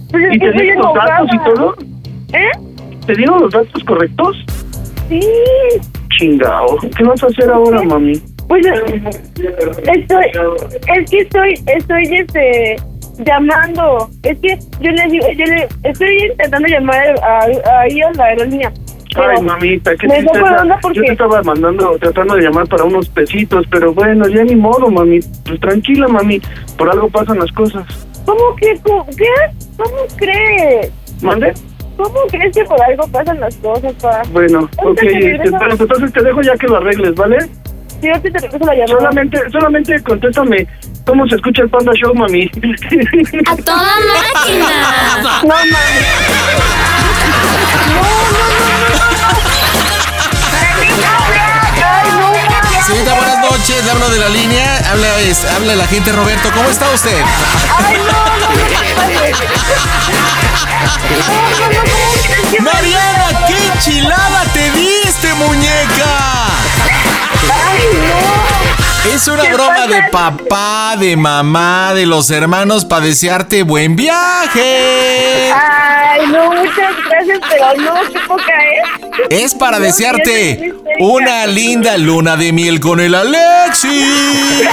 Pues es ¿Y que te estoy dieron los enojada. datos y todo? ¿Eh? ¿Te dieron los datos correctos? Sí. Chingao. ¿Qué vas a hacer ahora, mami? Pues estoy, es que estoy, estoy este llamando. Es que yo le digo, yo le estoy intentando llamar a, a, ahí a la aerolínea. Ay, mamita, qué me saco de tristeza. onda porque Yo te estaba mandando, tratando de llamar para unos pesitos, pero bueno, ya ni modo, mami. Pues tranquila, mami. Por algo pasan las cosas. ¿Cómo que, cómo, qué? ¿Cómo crees? ¿Mande? ¿Cómo crees que por algo pasan las cosas, pa? Bueno, Ahorita ok, te este, regreso. bueno, entonces te dejo ya que lo arregles, ¿vale? Sí, ahorita te regreso la llamada. Solamente, solamente contéstame cómo se escucha el Panda Show, mami. ¡A toda máquina! No, mami. Señorita, buenas noches. Le hablo de la línea. Habla, es, habla el agente Roberto. ¿Cómo está usted? Ay, no, no, no, Mariana, qué enchilada te diste, muñeca. Ay, no. Es una ¿Qué broma pasa? de papá, de mamá, de los hermanos para desearte buen viaje. Ay, no, muchas gracias, pero no, qué poca es. Es para No, desearte ya estoy una linda luna de miel con el Alexis.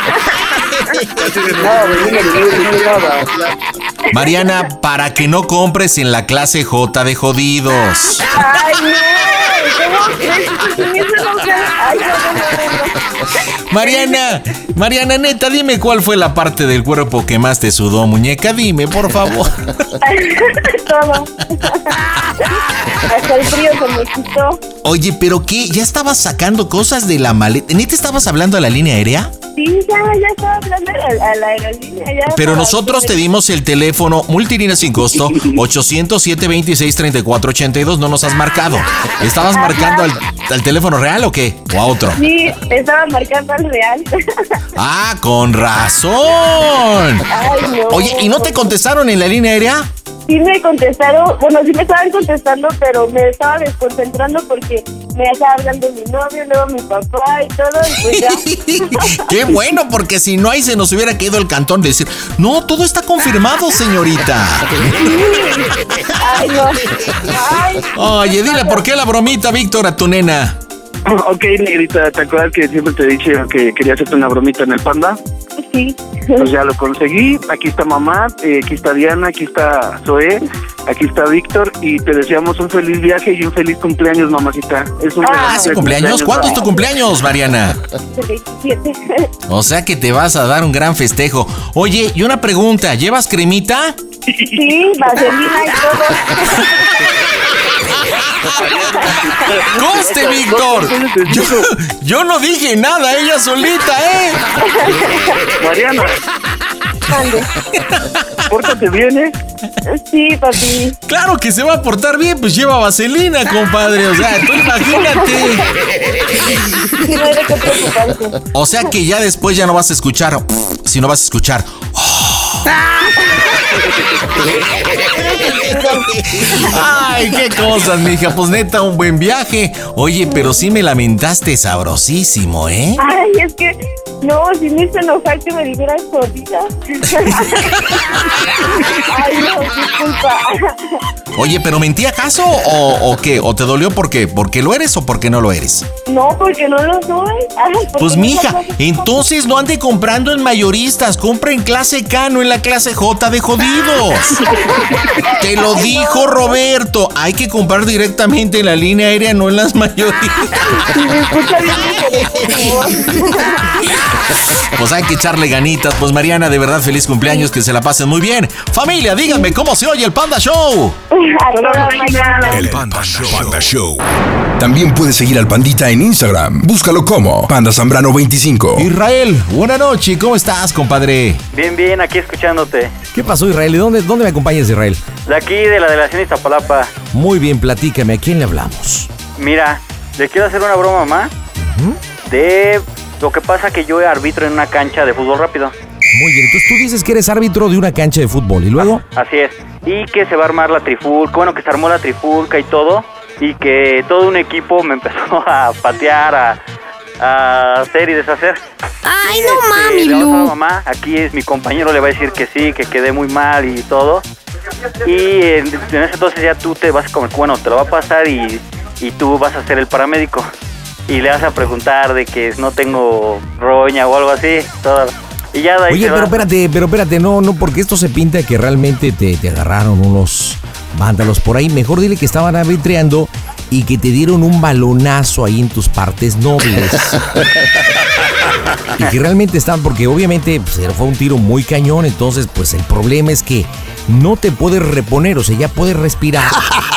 Mariana, para que no compres en la clase J de jodidos. Ay, no, ¿cómo crees? Eso no se- Ay, no, no, no, no. Mariana, Mariana, neta, dime cuál fue la parte del cuerpo que más te sudó, muñeca. Dime, por favor. Todo. Hasta el frío se me quitó. Oye, ¿pero qué? ¿Ya estabas sacando cosas de la maleta? ¿Neta estabas hablando a la línea aérea? Sí, ya, ya estaba hablando a la, a la aerolínea. Ya Pero para- nosotros te dimos el teléfono multilínea sin costo ochocientos, siete veintiséis, treinta y cuatro ochenta y dos. No nos has marcado. ¿Estabas Ajá. marcando al, al teléfono real o qué? ¿O a otro? Sí, estaba marcando al real. Ah, con razón. Ay, no. Oye, ¿y no te contestaron en la línea aérea? Sí me contestaron, bueno, sí me estaban contestando, pero me estaba desconcentrando porque me estaba hablando mi novio, luego mi papá y todo, y pues ya. Qué bueno, porque si no ahí se nos hubiera quedado el cantón de decir, no, todo está confirmado, señorita. Ay, no. Ay. Oye, dile por qué la bromita, Víctor, a tu nena. Ok, negrita, ¿te acuerdas que siempre te he dicho que quería hacerte una bromita en el Panda? Sí. Pues ya lo conseguí. Aquí está mamá, eh, aquí está Diana, aquí está Zoé, aquí está Víctor y te deseamos un feliz viaje y un feliz cumpleaños, mamacita. Es un Ah, ¿su cumpleaños? ¿Cuándo es tu cumpleaños, Mariana? El veintisiete. O sea que te vas a dar un gran festejo. Oye, y una pregunta, ¿llevas cremita? Sí, vaselina y todo. ¡Conste, Víctor! Yo, yo no dije nada, ella solita, ¿eh? Mariana, Mande. pórtate bien, ¿eh? Sí, papi. Claro que se va a portar bien, pues lleva vaselina, compadre. O sea, tú imagínate. Sí, no hay de qué preocuparse. O sea que ya después ya no vas a escuchar, sino vas a escuchar. Ay, qué cosas, mija. Pues neta, un buen viaje. Oye, pero sí me lamentaste sabrosísimo, ¿eh? Ay, es que no, si me hizo enojar que me dijeras jodida. Ay, no, disculpa. Oye, ¿pero mentí acaso o, o qué? ¿O te dolió porque, porque lo eres o porque no lo eres? No, porque no lo soy. Ay, porque Pues no mija, lo soy. entonces no ande comprando en mayoristas, compra en clase K, no en la clase J de jodidos. Te lo dijo Roberto, hay que comprar directamente en la línea aérea, no en las mayoristas. Si me escucha bien, por favor. Pues hay que echarle ganitas. Pues Mariana, de verdad, feliz cumpleaños, que se la pasen muy bien. Familia, díganme cómo se oye el Panda Show. A toda mañana. El Panda Show. Panda Show. También puedes seguir al Pandita en Instagram. Búscalo como Panda Zambrano veinticinco. Israel, buena noche, ¿cómo estás, compadre? Bien, bien, aquí escuchándote. ¿Qué pasó, Israel? ¿Y dónde, dónde me acompañas, Israel? De aquí, de la delegación Iztapalapa. Muy bien, platícame, ¿a quién le hablamos? Mira, le quiero hacer una broma, mamá. De lo que pasa que yo arbitro en una cancha de fútbol rápido. Muy bien, entonces tú dices que eres árbitro de una cancha de fútbol, ¿y luego? Así es. Y que se va a armar la trifulca, bueno, que se armó la trifulca y todo. Y que todo un equipo me empezó a patear, a, a hacer y deshacer. Ay, Y, no este, mami, le vamos a la Lu. mamá, aquí es mi compañero, le va a decir que sí, que quedé muy mal y todo. y en, en ese entonces ya tú te vas como, bueno, te lo va a pasar y, y tú vas a ser el paramédico. Y le vas a preguntar de que no tengo roña o algo así, todo. Y ya de ahí Oye, se va. pero espérate, pero espérate, no, no, porque esto se pinta que realmente te, te agarraron unos vándalos por ahí. Mejor dile que estaban arbitreando y que te dieron un balonazo ahí en tus partes nobles. Y que realmente estaban, porque obviamente pues, fue un tiro muy cañón, entonces pues el problema es que no te puedes reponer, o sea, ya puedes respirar.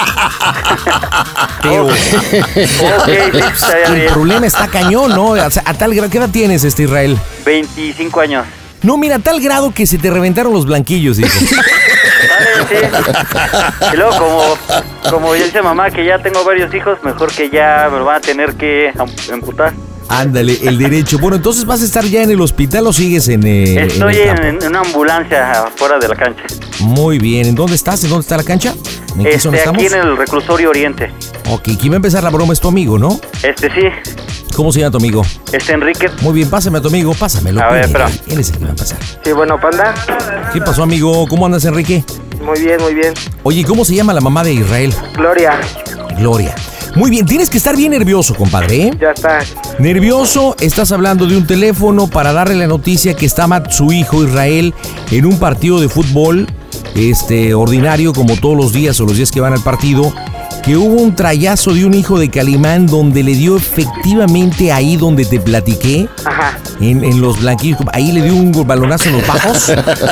Pero Okay, sí, estaría el bien. problema está cañón, ¿no? O sea, a tal grado, ¿qué edad tienes, este Israel? veinticinco años. No, mira, a tal grado que se te reventaron los blanquillos, hijo. Vale, sí. Y luego como, como ya dice mamá que ya tengo varios hijos, mejor que ya me lo van a tener que am- amputar. Ándale, el derecho. Bueno, entonces, ¿vas a estar ya en el hospital o sigues en, eh, Estoy en el en, campo? en una ambulancia afuera de la cancha. Muy bien. ¿En dónde estás? ¿En dónde está la cancha? ¿En qué zona Este, estamos? aquí en el reclusorio Oriente. Ok, ¿quién va a empezar la broma? Es tu amigo, ¿no? Este sí, ¿Cómo se llama tu amigo? este Enrique. Muy bien, pásame a tu amigo, pásamelo. A ver, Él, espera. él es el que va a pasar. Sí, bueno, Panda. ¿Qué pasó, amigo? ¿Cómo andas, Enrique? Muy bien, muy bien. Oye, ¿cómo se llama la mamá de Israel? Gloria, Gloria. Muy bien, tienes que estar bien nervioso, compadre, ¿eh? ya está. Nervioso, estás hablando de un teléfono para darle la noticia que estaba su hijo Israel en un partido de fútbol, este, ordinario, como todos los días o los días que van al partido, que hubo un trayazo de un hijo de Calimán donde le dio efectivamente ahí donde te platiqué, Ajá. en, en los blanquillos, ahí le dio un balonazo en los bajos.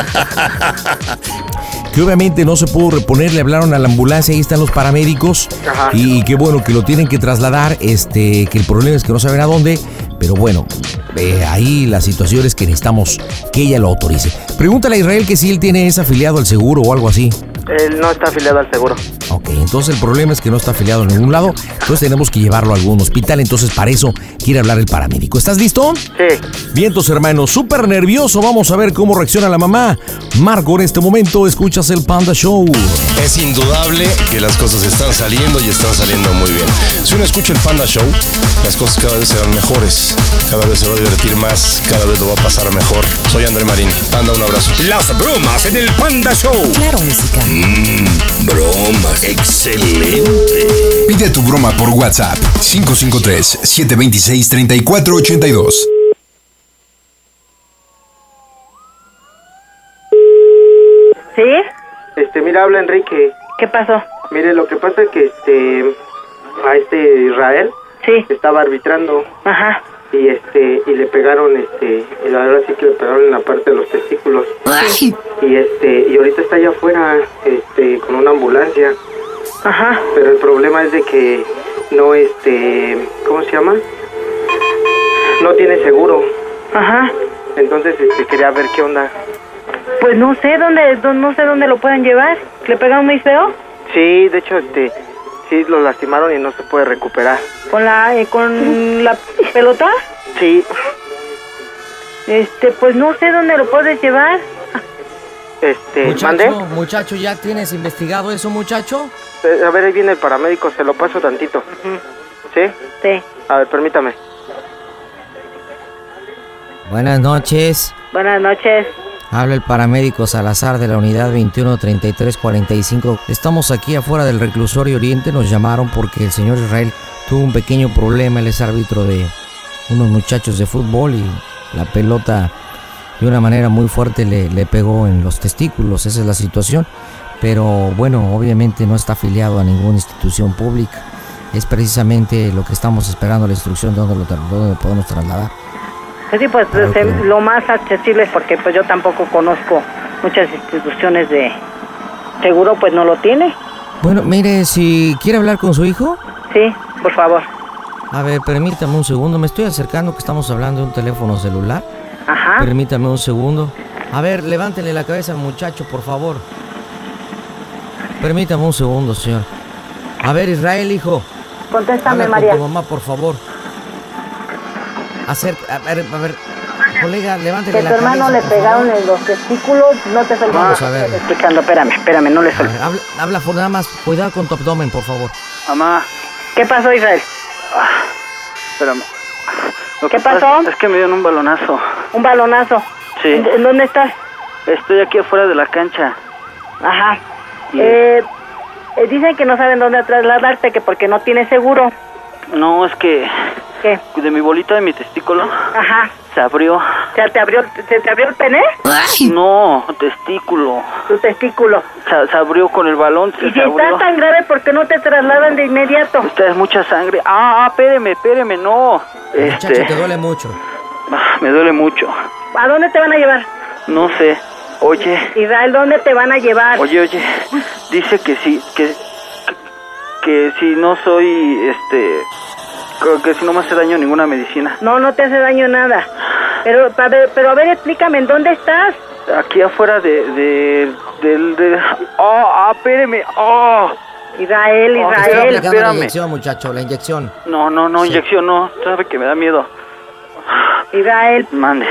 Que obviamente no se pudo reponer, le hablaron a la ambulancia, ahí están los paramédicos. Ajá. Y qué bueno que lo tienen que trasladar, este, que el problema es que no saben a dónde, pero bueno, eh, ahí la situación es que necesitamos que ella lo autorice. Pregúntale a Israel que si él tiene es afiliado al seguro o algo así. Él no está afiliado al seguro. Ok, entonces el problema es que no está afiliado en ningún lado, entonces tenemos que llevarlo a algún hospital, entonces para eso quiere hablar el paramédico. ¿Estás listo? Sí. Vientos, hermanos, súper nervioso, vamos a ver cómo reacciona la mamá. Marco, en este momento escuchas el Panda Show. Es indudable que las cosas están saliendo y están saliendo muy bien. Si uno escucha el Panda Show, las cosas cada vez serán mejores, cada vez se va a divertir más, cada vez lo va a pasar mejor. Soy André Marín. Panda, un abrazo. Las bromas en el Panda Show. Claro, música. Mmm, broma, excelente. Pide tu broma por WhatsApp cinco cinco tres, siete dos seis, tres cuatro ocho dos. ¿Sí? Este, mira, habla Enrique. ¿Qué pasó? Mire, lo que pasa es que este a este Israel sí estaba arbitrando. Ajá. Y este y le pegaron este y la verdad sí que le pegaron en la parte de los testículos. Ay. Y este y ahorita está allá afuera este con una ambulancia. Ajá. Pero el problema es de que no este, ¿cómo se llama? No tiene seguro. Ajá. Entonces este quería ver qué onda. Pues no sé dónde, dó- no sé dónde lo pueden llevar. ¿Le pegaron muy feo? Sí, de hecho este sí lo lastimaron y no se puede recuperar. ¿Con la, eh, con la pelota? Sí. Este, pues no sé dónde lo puedes llevar. Este, ¿mande? muchacho, ¿ya tienes investigado eso, muchacho? Eh, A ver, ahí viene el paramédico, se lo paso tantito. ¿Sí? Sí. A ver, permítame. Buenas noches. Buenas noches. Habla el paramédico Salazar de la unidad veintiuno treinta y tres cuarenta y cinco. Estamos aquí afuera del reclusorio Oriente. Nos llamaron porque el señor Israel tuvo un pequeño problema. Él es árbitro de unos muchachos de fútbol y la pelota de una manera muy fuerte le, le pegó en los testículos. Esa es la situación. Pero bueno, obviamente no está afiliado a ninguna institución pública. Es precisamente lo que estamos esperando, la instrucción de dónde lo, tra- dónde lo podemos trasladar. Pues sí, pues Claro este, que- lo más accesible, porque pues yo tampoco conozco muchas instituciones de seguro, pues no lo tiene. Bueno, mire, si quiere hablar con su hijo. Sí, por favor. A ver, permítame un segundo. Me estoy acercando que estamos hablando de un teléfono celular. Ajá. Permítame un segundo. A ver, levántele la cabeza al muchacho, por favor. Permítame un segundo, señor. A ver, Israel, hijo. Contéstame, Habla María. con tu mamá, por favor. Acer a ver, a ver. Colega, levántele Que la tu cabeza, hermano le por pegaron favor. en los testículos, no te estoy Vamos a ver. explicando. Espérame, espérame, no le A soy. ver, habla, habla por nada más. Cuidado con tu abdomen, por favor. Mamá, ¿Qué pasó, Israel? espérame. Lo ¿Qué que pasa pasó? Es que me dieron un balonazo. Un balonazo. Sí. ¿En, en dónde estás? Estoy aquí afuera de la cancha. Ajá. Eh, eh, dicen que no saben dónde trasladarte, que porque no tienes seguro. No, es que... ¿Qué? De mi bolita de mi testículo. Ajá. Se abrió. ¿Se te abrió, se te abrió el pene? No, testículo. Tu testículo. Se, se abrió con el balón. Se Y si se abrió. está tan grave, ¿por qué no te trasladan de inmediato? Esta es mucha sangre. Ah, ah, espéreme, espéreme, no. Muchacho, Este... te duele mucho. ah, me duele mucho. ¿A dónde te van a llevar? No sé. Oye, Israel, ¿dónde te van a llevar? oye, oye. Dice que sí, que... Que, que si no soy, este... Que, que si no me hace daño ninguna medicina. No, no te hace daño nada. Pero, a ver, pero a ver, explícame, ¿en dónde estás? Aquí afuera de... de... del... De, oh, ah, espéreme. Oh. Israel, Oh, te estoy Israel. aplicando la espérame. inyección, muchacho, la inyección. No, no, no, inyección no. Sabe que me da miedo. Israel, Mande.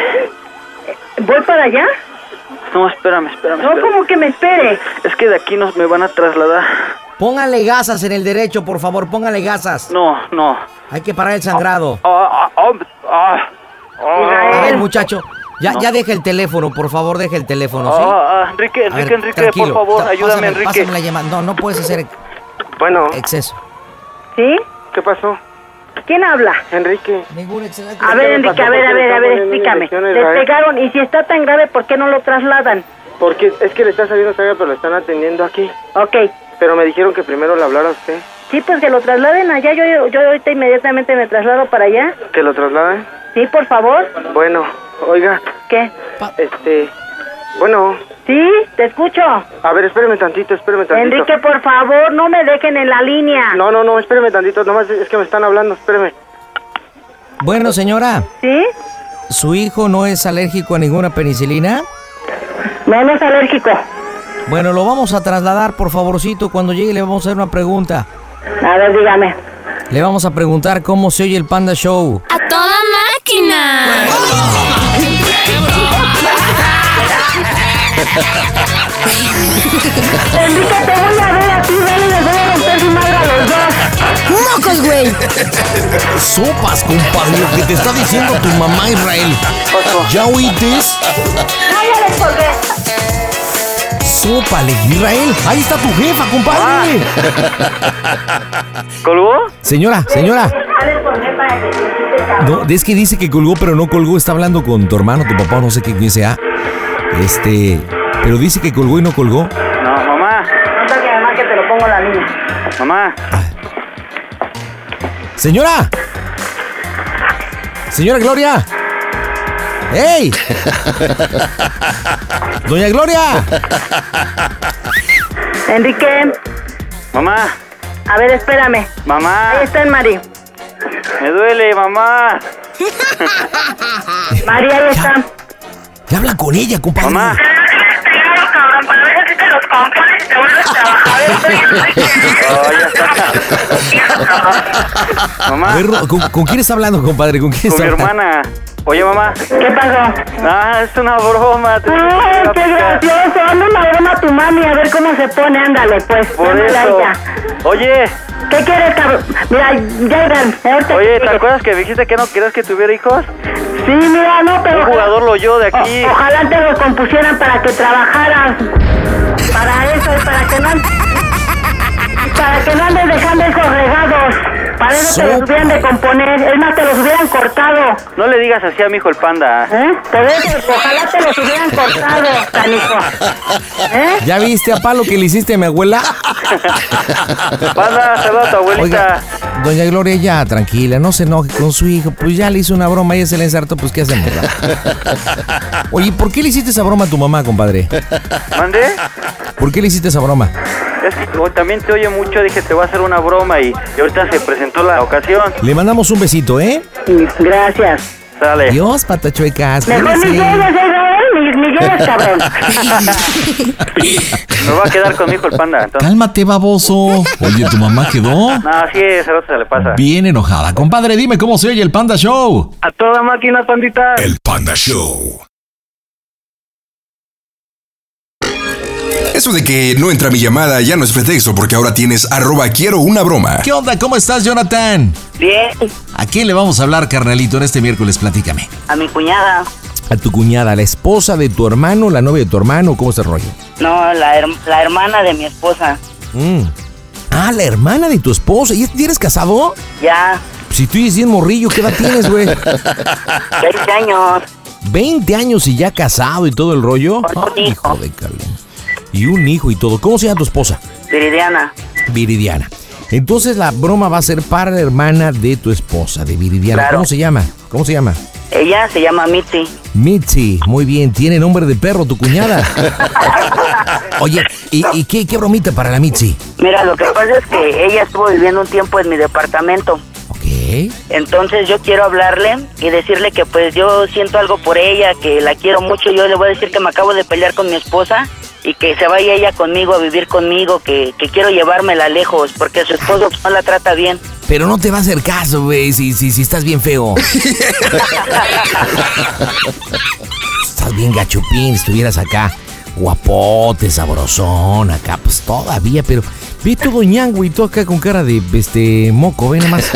¿voy para allá? No, espérame, espérame. No, espérame. como que me espere. Es que de aquí nos me van a trasladar. Póngale gasas en el derecho, por favor, póngale gasas. No, no. Hay que parar el sangrado. Ah, ah, ah, ah, A ver, muchacho, ya, No. ya deja el teléfono, por favor, deja el teléfono, ¿sí? Ah, ah, Enrique, A Enrique, ver, Enrique, tranquilo. por favor, Ta- ayúdame, pásame, Enrique. pásame la llamada. No, no puedes hacer Bueno, exceso. ¿Sí? ¿qué pasó? ¿Quién habla? Enrique. Ningún exceso. A ver, Enrique, a ver, a ver, a ver, Estamos poniendo explícame. inyecciones, Le Israel. pegaron, y si está tan grave, ¿por qué no lo trasladan? Porque es que le está saliendo sangre, pero lo están atendiendo aquí. Ok. Pero me dijeron que primero le hablara a usted. Sí, pues que lo trasladen allá. Yo, yo ahorita inmediatamente me traslado para allá. ¿Que lo trasladen? Sí, por favor. Bueno, oiga. ¿Qué? Este... Bueno... Sí, te escucho. A ver, espéreme tantito, espéreme tantito. Enrique, por favor, no me dejen en la línea. No, no, no, espéreme tantito, nomás es que me están hablando, espéreme. Bueno, señora, ¿Sí? ¿su hijo no es alérgico a ninguna penicilina? No, no es alérgico. Bueno, lo vamos a trasladar, por favorcito. Cuando llegue le vamos a hacer una pregunta. A ver, dígame. Le vamos a preguntar cómo se oye el Panda Show. ¡A toda máquina! Enrique, te voy a ver a ti, dale, les voy a romper su madre a los dos. ¡Mocos, güey! Sopas, compadre, lo que te está diciendo tu mamá, Israel. ¿Ya oíste? No, ya les colgué. Sópale, Israel. Ahí está tu jefa, compadre. ¿Colgó? Señora, señora. Ya les colgué para que se quite cabrón. No, es que dice que colgó, pero no colgó. Está hablando con tu hermano, tu papá, no sé qué sea. Este, pero dice que colgó y no colgó. No, mamá. No toques, mamá, que te lo pongo en la línea. Mamá. Señora. Señora Gloria. ¡Ey! Doña Gloria. Enrique, Mamá. a ver, espérame. Mamá. Ahí está el Mari. Me duele, mamá. María, ahí está. Ya habla con ella, compadre. Mamá. Cabrón, para ver si te los compones y te vuelves a trabajar. Oh, ya está. Mamá. A ver, ¿con, con quién está hablando, compadre? ¿Con quién Con está mi hablando? hermana. Oye, mamá. ¿Qué pasó? Ah, es una broma. te- Ay, qué gracioso. Anda una broma a tu mami a ver cómo se pone. Ándale, pues. Por Ándale, eso. ya. Oye. ¿Qué quieres, cabrón? Mira, ya irán. Ahorita Oye, te ¿te digo. acuerdas que dijiste que no querías que tuviera hijos? Sí, mira, no, pero... Un jugador lo oyó de aquí. O- ojalá te lo compusieran para que trabajaras. Para eso y para que no... Para que no andes dejando hijos regados. Para eso te los hubieran de componer. Es más, te los hubieran cortado. No le digas así a mi hijo el panda. ¿Eh? Por eso, ojalá te los hubieran cortado, canijo. ¿Eh? ¿Ya viste a palo que le hiciste a mi abuela? Panda, saluda a tu abuelita. Oiga, doña Gloria, ya tranquila, no se enoje con su hijo. Pues ya le hizo una broma, ella se le ensartó, pues ¿qué hacemos? ¿verdad? Oye, ¿por qué le hiciste esa broma a tu mamá, compadre? ¿Mande? ¿Por qué le hiciste esa broma? Es que oh, también te oye mucho, dije te voy a hacer una broma y, y ahorita se presentó la ocasión. Le mandamos un besito, ¿eh? Gracias. Dale. Adiós, patachuecas. Mejor ni cuídense. llegues, Israel, ni, ni llegues, cabrón. Me voy a quedar con mi hijo el panda. Entonces. Cálmate, baboso. Oye, ¿tu mamá quedó? No, sí, ese rato se le pasa. Bien enojada. Compadre, dime cómo se oye el Panda Show. A toda máquina, pandita. El Panda Show. Eso de que no entra mi llamada ya no es pretexto porque ahora tienes arroba quiero una broma. ¿Qué onda? ¿Cómo estás, Jonathan? Bien. ¿A quién le vamos a hablar, carnalito, en este miércoles? Platícame. A mi cuñada. A tu cuñada, la esposa de tu hermano, la novia de tu hermano, ¿cómo es el rollo? No, la, her- la hermana de mi esposa. Mm. Ah, la hermana de tu esposa. ¿Y eres casado? Ya, Si tú dices bien morrillo, ¿qué edad tienes, güey? veinte años. veinte años y ya casado y todo el rollo. Con un Ay, hijo de Carlín. Y un hijo y todo. ¿Cómo se llama tu esposa? Viridiana. Viridiana. Entonces la broma va a ser para la hermana de tu esposa, de Viridiana. Claro. ¿Cómo se llama? ¿Cómo se llama? Ella se llama Mitzi. Mitzi. Muy bien. Tiene nombre de perro tu cuñada. Oye, ¿y, y qué, qué bromita para la Mitzi? Mira, lo que pasa es que ella estuvo viviendo un tiempo en mi departamento. Ok. Entonces yo quiero hablarle y decirle que pues yo siento algo por ella, que la quiero mucho. Yo le voy a decir que me acabo de pelear con mi esposa y que se vaya ella conmigo a vivir conmigo, que, que quiero llevármela lejos porque su esposo no la trata bien. Pero no te va a hacer caso, güey, si, si, si estás bien feo. Estás bien gachupín, si estuvieras acá guapote, sabrosón, acá, pues todavía, pero ve todo ñango y todo acá con cara de este moco, ve nomás.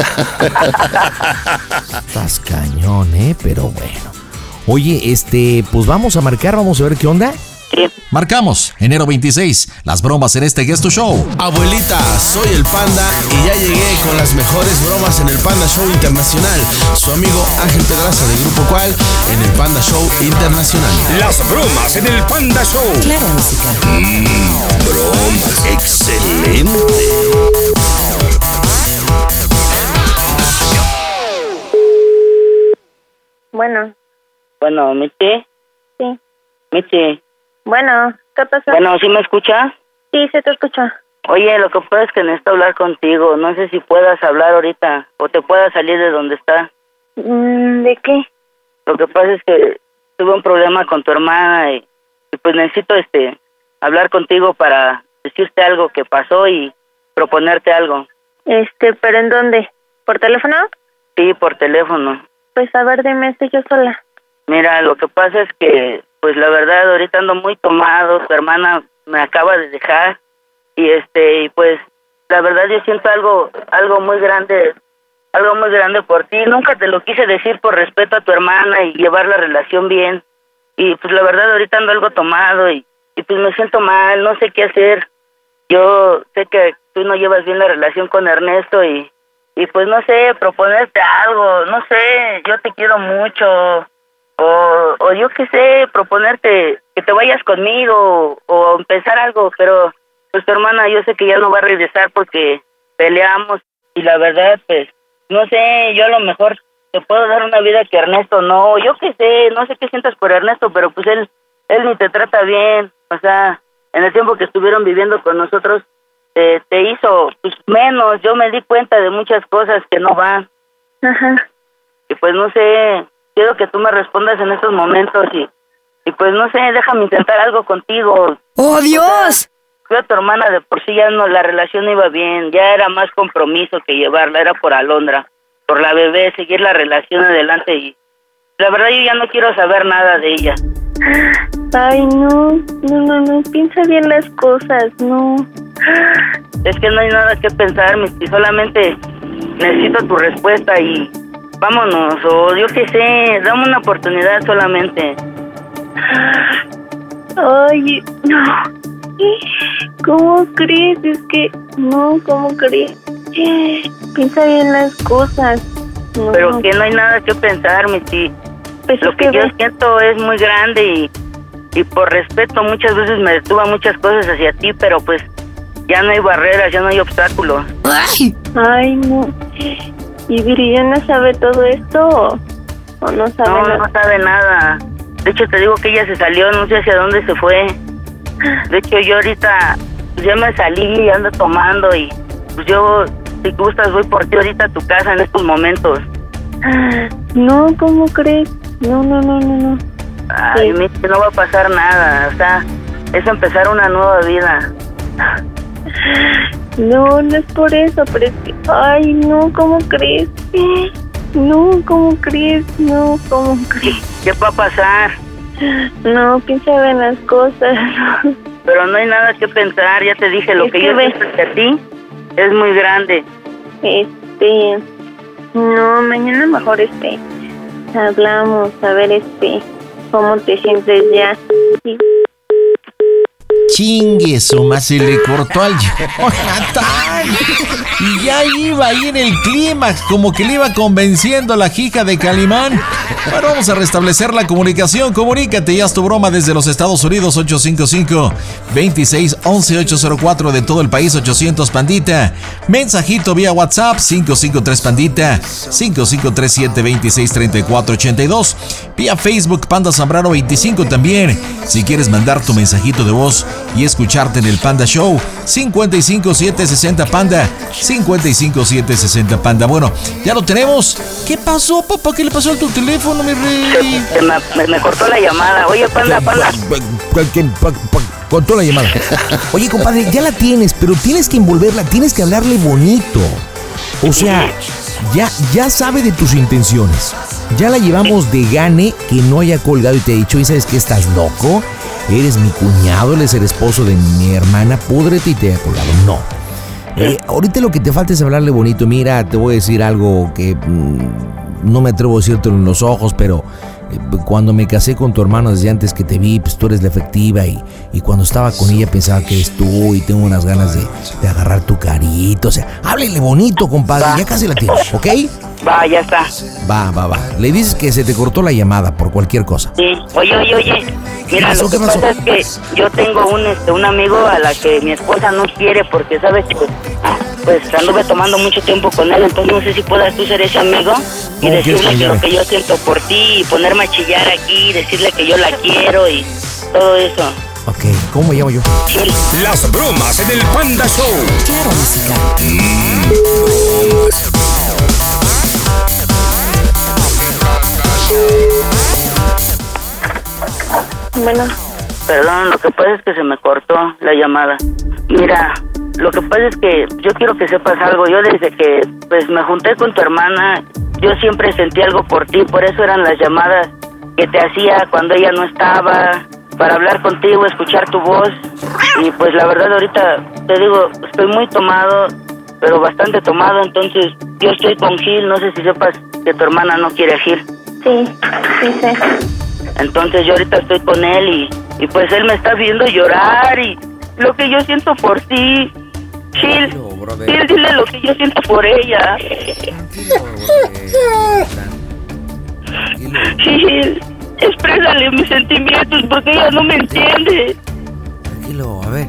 Estás cañón, eh, pero bueno. Oye, este, pues vamos a marcar, vamos a ver qué onda. Marcamos, enero veintiséis, las bromas en este Guest to Show. Abuelita, soy el Panda y ya llegué con las mejores bromas en el Panda Show Internacional. Su amigo Ángel Terraza del Grupo Cual en el Panda Show Internacional. Las bromas en el Panda Show. Claro, música. Mmm, broma, excelente. Bueno, Bueno, Mitzi. sí. Mitzi. Bueno, ¿qué pasa? Bueno, ¿sí me escuchas? Sí, se te escucha. Oye, lo que pasa es que necesito hablar contigo. No sé si puedas hablar ahorita o te puedas salir de donde estás. Mm, ¿De qué? Lo que pasa es que tuve un problema con tu hermana y, y pues necesito este hablar contigo para decirte algo que pasó y proponerte algo. Este, ¿pero en dónde? ¿Por teléfono? Sí, por teléfono. Pues a ver, dime, estoy yo sola. Mira, lo que pasa es que, pues la verdad, ahorita ando muy tomado. Tu hermana me acaba de dejar y este, y pues la verdad yo siento algo, algo muy grande, algo muy grande por ti. Nunca te lo quise decir por respeto a tu hermana y llevar la relación bien. Y pues la verdad ahorita ando algo tomado y, y pues me siento mal, no sé qué hacer. Yo sé que tú no llevas bien la relación con Ernesto y, y pues no sé, proponerte algo, no sé, yo te quiero mucho. O, o yo qué sé, proponerte que te vayas conmigo o empezar algo, pero pues tu hermana yo sé que ya no va a regresar porque peleamos y la verdad pues no sé, yo a lo mejor te puedo dar una vida que Ernesto no, yo qué sé, no sé qué sientas por Ernesto, pero pues él él ni te trata bien, o sea, en el tiempo que estuvieron viviendo con nosotros eh, te hizo pues menos, yo me di cuenta de muchas cosas que no van. Ajá. Y pues no sé, quiero que tú me respondas en estos momentos y, y pues no sé, déjame intentar algo contigo. ¡Oh, Dios! Yo a tu hermana de por sí ya no, la relación iba bien, ya era más compromiso que llevarla, era por Alondra, por la bebé, seguir la relación adelante y la verdad yo ya no quiero saber nada de ella. Ay, no, no, no, no, piensa bien las cosas, no. Es que no hay nada que pensar, Misty, solamente necesito tu respuesta y vámonos, o yo qué sé, dame una oportunidad solamente. Ay, no. ¿Cómo crees? Es que, no, ¿cómo crees? Piensa bien las cosas. No. Pero que no hay nada que pensar, Misty. Pues Lo que, que yo ves. siento es muy grande y, y por respeto muchas veces me detuve a muchas cosas hacia ti, pero pues ya no hay barreras, ya no hay obstáculos. Ay, Ay no. ¿Y Viridiana sabe todo esto o, o no sabe no, nada? No, no sabe nada. De hecho, te digo que ella se salió, no sé hacia dónde se fue. De hecho, yo ahorita pues, ya me salí y ando tomando y pues yo, si gustas, voy por ti ahorita a tu casa en estos momentos. No, ¿cómo crees? No, no, no, no, no. Ay, sí. Mira, no va a pasar nada, o sea, es empezar una nueva vida. No, no es por eso, pero es que... Ay, no, ¿cómo crees? No, ¿cómo crees? No, ¿cómo crees? ¿Qué va a pasar? No, piensa en las cosas. Pero no hay nada que pensar, ya te dije, lo es que, que yo ves? siento hacia ti es muy grande. Este... No, mañana mejor, este... Hablamos, a ver, este... cómo te sientes ya. Sí. Chingue, su más se le cortó al Jonathan. Y ya iba ahí en el clímax, como que le iba convenciendo a la hija de Calimán. Bueno, vamos a restablecer la comunicación. Comunícate, ya es tu broma desde los Estados Unidos. Ocho cinco cinco, dos seis uno uno, ocho cero cuatro de todo el país. Ochocientos Pandita. Mensajito vía WhatsApp cinco cinco tres Pandita, cinco cinco tres siete, dos seis tres cuatro ocho dos. Vía Facebook Panda Zambrano veinticinco también. Si quieres mandar tu mensajito de voz y escucharte en el Panda Show, cincuenta y cinco siete sesenta Panda, cincuenta y cinco siete sesenta Panda. Bueno, ya lo tenemos. ¿Qué pasó, papá? ¿Qué le pasó a tu teléfono, mi rey? Se me, me, me cortó la llamada. Oye, Panda, Panda. Cortó la llamada. Oye, compadre, ya la tienes, pero tienes que envolverla, tienes que hablarle bonito. O sea, ya, ya sabe de tus intenciones. Ya la llevamos de gane que no haya colgado y te ha dicho, ¿y sabes qué? ¿Estás loco? Eres mi cuñado, él es el esposo de mi hermana, púdrete y te haya colgado. No. Eh, ahorita lo que te falta es hablarle bonito. Mira, te voy a decir algo que mmm, no me atrevo a decírtelo en los ojos, pero eh, cuando me casé con tu hermano desde antes que te vi, pues tú eres la efectiva y, y cuando estaba con ella pensaba que eres tú y tengo unas ganas de, de agarrar tu carito. O sea, háblele bonito, compadre, va. Ya casi la tienes, ¿ok? Va, ya está. Va, va, va. Le dices que se te cortó la llamada por cualquier cosa. Sí. Oye, oye, oye. Mira, lo que pasa es que yo tengo un este un amigo a la que mi esposa no quiere porque sabes que pues, pues anduve tomando mucho tiempo con él, entonces no sé si puedas tú ser ese amigo y decirle que lo que yo siento por ti y ponerme a chillar aquí, decirle que yo la quiero y todo eso. Ok, ¿cómo me llamo yo? Las bromas en el Panda Show. Bueno. Perdón, lo que pasa es que se me cortó la llamada. Mira, lo que pasa es que yo quiero que sepas algo. Yo desde que pues me junté con tu hermana, yo siempre sentí algo por ti. Por eso eran las llamadas que te hacía cuando ella no estaba, para hablar contigo, escuchar tu voz. Y pues la verdad ahorita te digo, estoy muy tomado, pero bastante tomado. Entonces yo estoy con Gil. No sé si sepas que tu hermana no quiere a Gil. Sí, sí sé. Entonces yo ahorita estoy con él y, y pues él me está viendo llorar y lo que yo siento por ti. Gil, Gil, dile lo que yo siento por ella. Gil, exprésale mis sentimientos porque ella no me entiende. Tranquilo, a ver.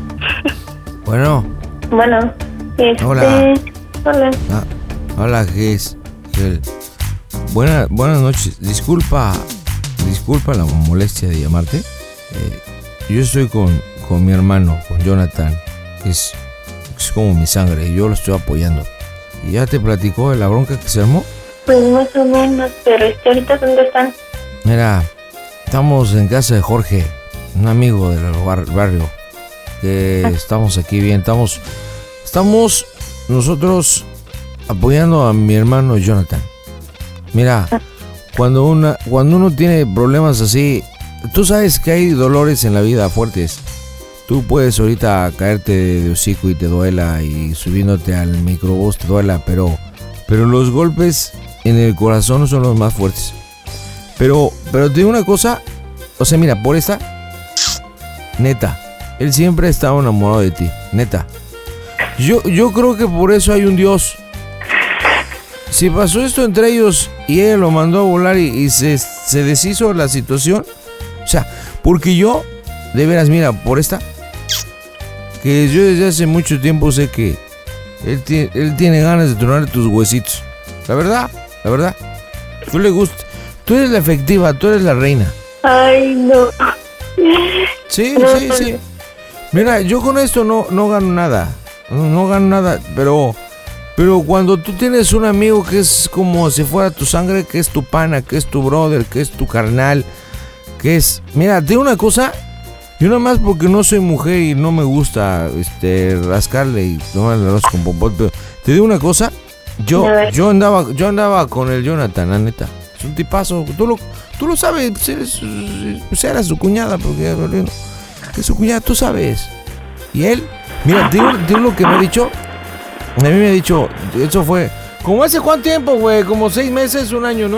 Bueno. Bueno, este... Hola. Hola. Ah, hola, Gis. Gil. Buena, buenas noches. Disculpa, disculpa la molestia de llamarte. Eh, yo estoy con, con mi hermano, con Jonathan, que es, es como mi sangre, y yo lo estoy apoyando. ¿Y ya te platicó de la bronca que se armó? Pues más o menos, pero este, ahorita ¿dónde están? Mira, estamos en casa de Jorge, un amigo del bar, barrio, que ah. estamos aquí bien, estamos, estamos nosotros apoyando a mi hermano Jonathan. Mira, cuando una, cuando uno tiene problemas así, tú sabes que hay dolores en la vida fuertes. Tú puedes ahorita caerte de hocico y te duela, y subiéndote al microbús te duela, pero, pero los golpes en el corazón son los más fuertes. Pero, pero te digo una cosa, o sea, mira, por esta, neta, él siempre ha estado enamorado de ti, neta. Yo, yo creo que por eso hay un Dios. Si pasó esto entre ellos y ella lo mandó a volar y, y se, se deshizo la situación, o sea, porque yo, de veras, mira, por esta, que yo desde hace mucho tiempo sé que él, tiene, él tiene ganas de tronar tus huesitos. La verdad, la verdad, tú le gustas, tú eres la efectiva, tú eres la reina. Ay, no. Sí, sí, sí. Mira, yo con esto no, no gano nada, no, no gano nada, pero... Pero cuando tú tienes un amigo que es como si fuera tu sangre, que es tu pana, que es tu brother, que es tu carnal, que es... Mira, te digo una cosa, yo nada más porque no soy mujer y no me gusta este rascarle y tomar el arroz con popote, pero te digo una cosa, yo yo andaba yo andaba con el Jonathan, la neta. Es un tipazo, tú lo, tú lo sabes, pues, pues era su cuñada, porque que su cuñada, tú sabes. Y él, mira, te digo, te digo lo que me ha dicho. A mí me ha dicho, eso fue, ¿como hace cuánto tiempo, güey? Como seis meses, un año, ¿no?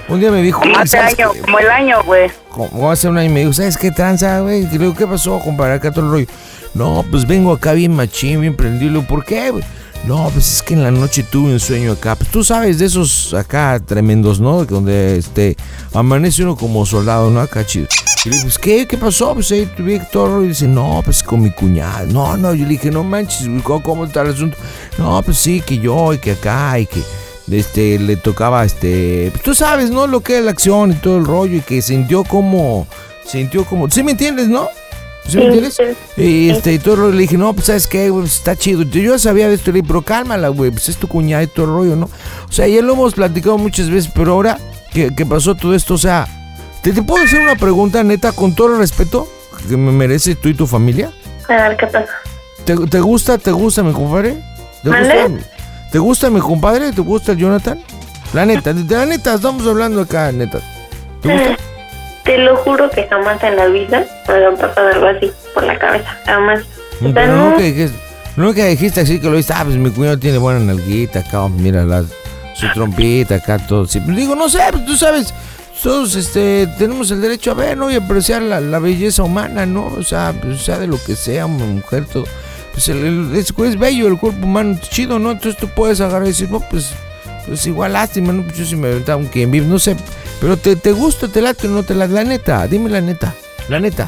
Un día me dijo... Como hace año, qué? como el año, güey. Como hace un año me dijo, ¿sabes qué tranza, güey? Le digo, ¿qué pasó, compadre? Acá todo el rollo. No, pues vengo acá bien machín, bien prendido. ¿Por qué, güey? No, pues es que en la noche tuve un sueño acá. Pues tú sabes de esos acá tremendos, ¿no? Donde este amanece uno como soldado, ¿no? Acá chido. Y le dije, pues, ¿qué? ¿Qué pasó? Pues ahí tuve todo. Y dice, no, pues con mi cuñada. No, no, yo le dije, no manches, ¿cómo, cómo está el asunto? No, pues sí, que yo, y que acá, y que este, le tocaba, este, pues tú sabes, ¿no? Lo que es la acción y todo el rollo, y que sintió como, sintió como, ¿sí me entiendes, no? ¿Sí me entiendes? Y este, y todo el rollo, le dije, no, pues, ¿sabes qué, güey? Pues, está chido. Yo ya sabía de esto, le dije, pero cálmala, güey, pues es tu cuñada y todo el rollo, ¿no? O sea, ya lo hemos platicado muchas veces, pero ahora que, que pasó todo esto, o sea, ¿te, ¿te puedo hacer una pregunta, neta, con todo el respeto que me mereces tú y tu familia? A ver, ¿qué pasa? ¿Te, te gusta, te gusta mi compadre? ¿Te gusta, ¿Te gusta mi compadre? ¿Te gusta el Jonathan? La neta, de la neta, estamos hablando acá, neta. ¿Te gusta? Te lo juro que jamás en la vida me había pasado algo así por la cabeza, jamás. O sea, Pero no, nunca dijiste, nunca dijiste así que lo viste, ah, pues mi cuñado tiene buena nalguita acá, mira la, su trompita acá, todo. Sí, digo, no sé, pues tú sabes, todos este, tenemos el derecho a ver, ¿no? Y apreciar la, la belleza humana, ¿no? O sea, pues, sea de lo que sea, una mujer, todo. Pues el, el, es, es bello el cuerpo humano, chido, ¿no? Entonces tú puedes agarrar y decir, no, pues, pues igual lástima, ¿no? Pues yo sí me aventaba un Ken Beef, no sé. Pero te, te gusta, te late o no te late, la neta, dime la neta, la neta.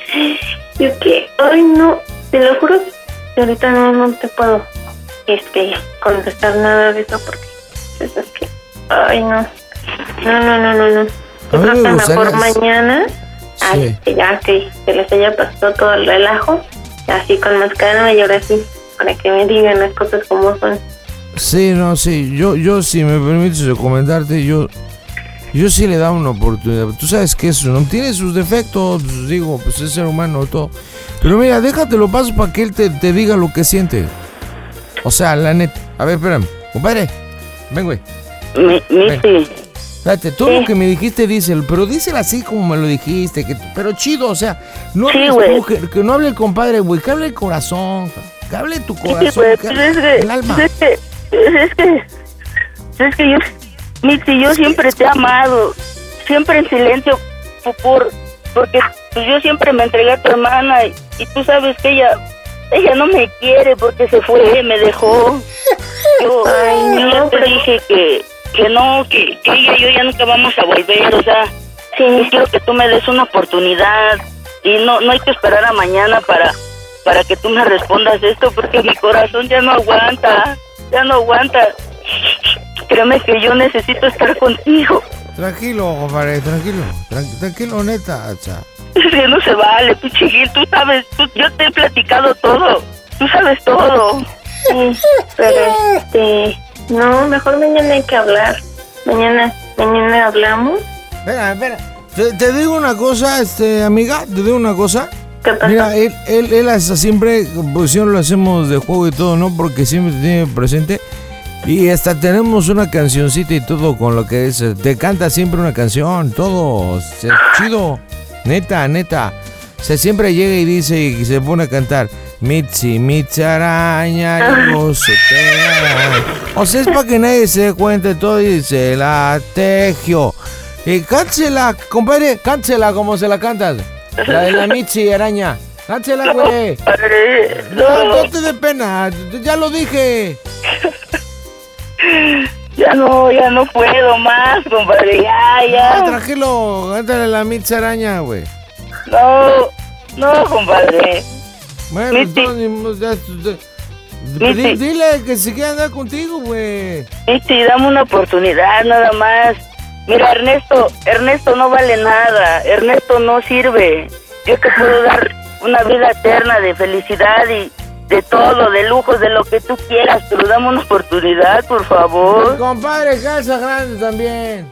yo que, ay no, te lo juro que ahorita no, no te puedo este, contestar nada de eso porque eso es que, ay no, no, no, no, no, no. Yo creo que mejor mañana, sí. Ay, ya que se les haya pasado todo el relajo, así con más calma y ahora sí, para que me digan las cosas como son. Sí, no, sí, yo, yo si me permites recomendarte, yo, yo sí le da una oportunidad. Tú sabes que eso no tiene sus defectos, digo, pues es ser humano todo. Pero mira, déjatelo paso para que él te, te diga lo que siente. O sea, la neta. A ver, espérame, compadre, ven, güey. Mi, mi Date, todo sí. Lo que me dijiste, díselo, pero díselo así como me lo dijiste, que, pero chido, o sea, no sí, hables que, que no hable el compadre, güey, que hable el corazón, que hable tu corazón, sí, güey, que hable es que, el alma. Es que, es que, es que yo, Mitzi, yo siempre te he amado, siempre en silencio, por, porque pues, yo siempre me entregué a tu hermana y, y tú sabes que ella, ella no me quiere porque se fue, me dejó. Yo, Ay, no, yo te pero... dije que que no, que, que ella y yo ya nunca vamos a volver, o sea, sí, yo quiero que tú me des una oportunidad y no no hay que esperar a mañana para para que tú me respondas esto porque mi corazón ya no aguanta, ya no aguanta. Créeme que yo necesito estar contigo. Tranquilo, compadre, tranquilo, tranquilo, tranquilo, neta, o sea. Es que no se vale, pichiguín, tú sabes, tú, yo te he platicado todo, tú sabes todo. Sí, pero este... No, mejor mañana hay que hablar. Mañana, mañana hablamos. Espera, espera. Te, te digo una cosa, este, amiga, te digo una cosa. ¿Qué pasa? Mira, él, él, él hasta siempre, pues siempre lo hacemos de juego y todo, ¿no? Porque siempre te tiene presente. Y hasta tenemos una cancioncita y todo con lo que es. Te canta siempre una canción, todo. O sea, chido. Neta, neta. O sea, siempre llega y dice y se pone a cantar. Mitzi, Mitzi araña, yo o sea, es para que nadie se dé cuenta de todo y se la tejió. Y cántela, compadre, cántela como se la cantas. La de la Mitzi araña. Cántela, güey. No, no te dé pena, ya lo dije. Ya no, ya no puedo más, compadre, ya, ya. No, tranquilo, cántale la Mitzi araña, güey. No, no, compadre. Bueno, entonces, dile, dile que se quiere andar contigo, güey. Mitzi, dame una oportunidad, nada más. Mira, Ernesto, Ernesto no vale nada, Ernesto no sirve. Yo te puedo dar una vida eterna de felicidad y de todo, de lujos, de lo que tú quieras, pero dame una oportunidad, por favor. Mi compadre, casa grande también.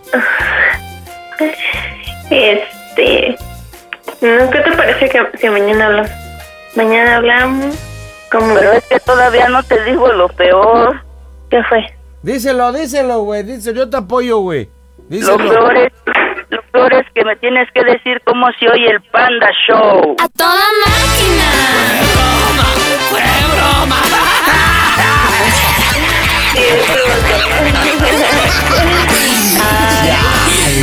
Este... ¿Qué te parece que si mañana hablamos? Mañana hablamos. ¿Cómo? Pero es que todavía no te digo lo peor. ¿Qué fue? Díselo, díselo, güey. Díselo, yo te apoyo, güey. Lo peor es, lo peor es que me tienes que decir cómo se oye el Panda Show. ¡A toda máquina! ¡Fue broma! ¡Fue broma!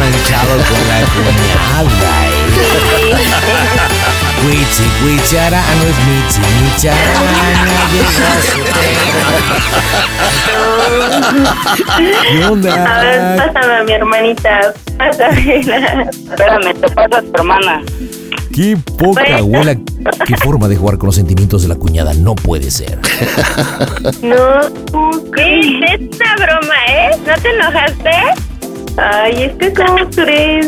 manchado con la cuñada, eh. Cuichi, cuichara, no es michi, michara, ¿qué onda? A ver, pásame a mi hermanita. Pásamela. Espérame, te paso a tu hermana. Qué poca abuela. Qué forma de jugar con los sentimientos de la cuñada. No puede ser. No. Sí, es una broma, ¿eh? ¿No te enojaste? Ay, es que ¿cómo crees?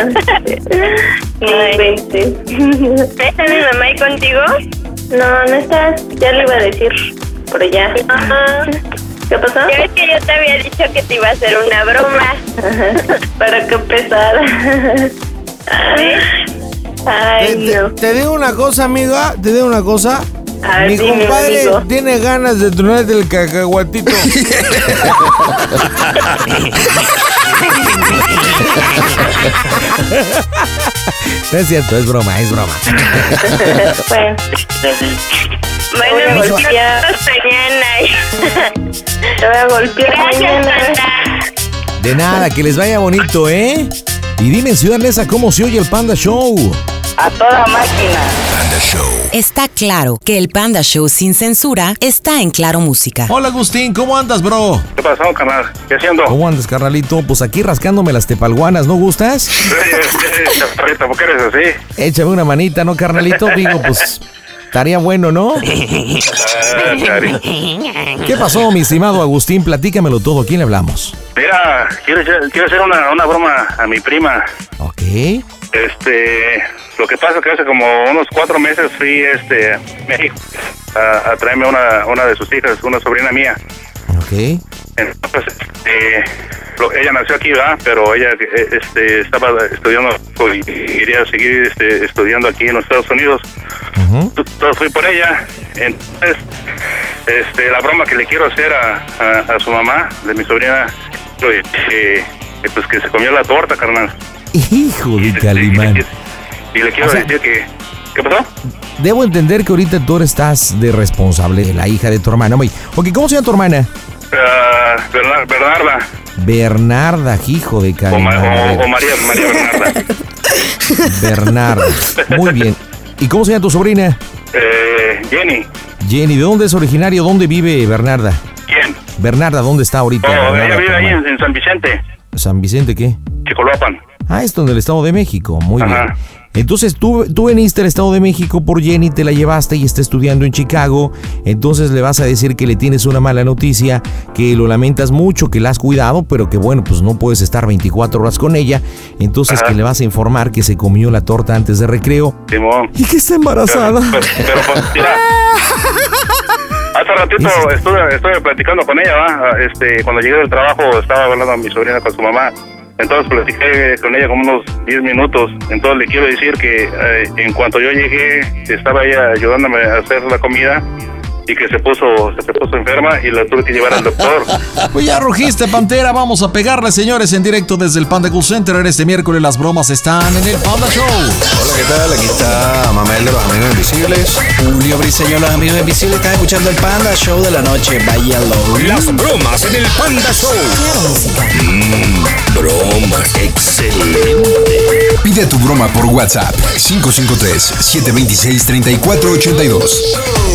Ay, vente. ¿Está mi mamá ahí contigo? No, no está. Ya le iba a decir. Pero ya. ¿Qué pasó? Ya ves que yo te había dicho que te iba a hacer una broma. Pero qué pesada. Ay, Ay te, no. te, te digo una cosa, amiga. Te digo una cosa. A ver, Mi dime, compadre amigo. tiene ganas de tronarte el cacahuatito. No es cierto, es broma, es broma. Bueno, bueno, golpear mañana. Te voy a golpear mañana. De nada, que les vaya bonito, ¿eh? Y dime en Ciudad Neza cómo se oye el Panda Show. A toda máquina. Panda Show. Está claro que el Panda Show sin censura está en Claro Música. Hola Agustín, ¿cómo andas, bro? ¿Qué pasó, carnal? ¿Qué haciendo? ¿Cómo andas, carnalito? Pues aquí rascándome las tepalguanas, ¿no gustas? ¿Por qué eres así? Échame una manita, ¿no, carnalito? Digo, pues estaría bueno, ¿no? Ah, cari. ¿Qué pasó, mi estimado Agustín? Platícamelo todo. ¿A quién le hablamos? Mira, quiero, hacer- quiero hacer una, una broma a mi prima. Ok. Este, lo que pasa es que hace como unos cuatro meses fui este, a México a, a traerme una, una de sus hijas, una sobrina mía. Ok. Entonces, este, lo- ella nació aquí, ¿verdad? Pero ella eh, este, estaba estudiando y quería seguir este, estudiando aquí en los Estados Unidos. Entonces fui por ella. Entonces, este, la broma que le quiero hacer a, a, a su mamá, de mi sobrina, que, que, que, pues que se comió la torta, carnal. Hijo de Calimán. Y le quiero O sea, decir que... ¿Qué pasó? Debo entender que ahorita tú estás de responsable de la hija de tu hermana. Oye, ok, ¿cómo se llama tu hermana? Uh, Bernar- Bernarda. Bernarda, hijo de O, Calimán. Ma- A o- ver, o María, María Bernarda. Bernarda. Muy bien. ¿Y cómo se llama tu sobrina? Eh, Jenny. Jenny, ¿de dónde es originario? ¿Dónde vive Bernarda? ¿Quién? Bernarda, ¿dónde está ahorita? Oh, Bernarda, ella tu vive ahí hermana. en, en San Vicente, ¿San Vicente qué? Chicoloapan. Ah, esto en el Estado de México. Muy Ajá. bien. Entonces tú, tú veniste al Estado de México por Jenny, te la llevaste y está estudiando en Chicago. Entonces le vas a decir que le tienes una mala noticia, que lo lamentas mucho, que la has cuidado, pero que bueno, pues no puedes estar veinticuatro horas con ella. Entonces Ajá. que le vas a informar que se comió la torta antes de recreo. Simón. Y que está embarazada. Pero, pero, pero, pues, mira. Hace ratito estuve, estuve platicando con ella, ¿va? Este, cuando llegué del trabajo estaba hablando a mi sobrina con su mamá. Entonces platiqué con ella como unos diez minutos. Entonces le quiero decir que eh, en cuanto yo llegué, estaba ella ayudándome a hacer la comida y que se puso se puso enferma y la tuve que llevar al doctor. Pues ya rugiste, Pantera. Vamos a pegarle, señores, en directo desde el Panda Cool Center. En este miércoles las bromas están en el Panda Show. Hola, ¿qué tal? Aquí está Mamel de los Amigos Invisibles. Julio Briseño, los Amigos Invisibles, están escuchando el Panda Show de la noche. Váyalo. Las bromas en el Panda Show. Mmm, bromas. Excelente. Pide tu broma por WhatsApp. cinco cinco tres, siete dos seis, tres cuatro ocho dos.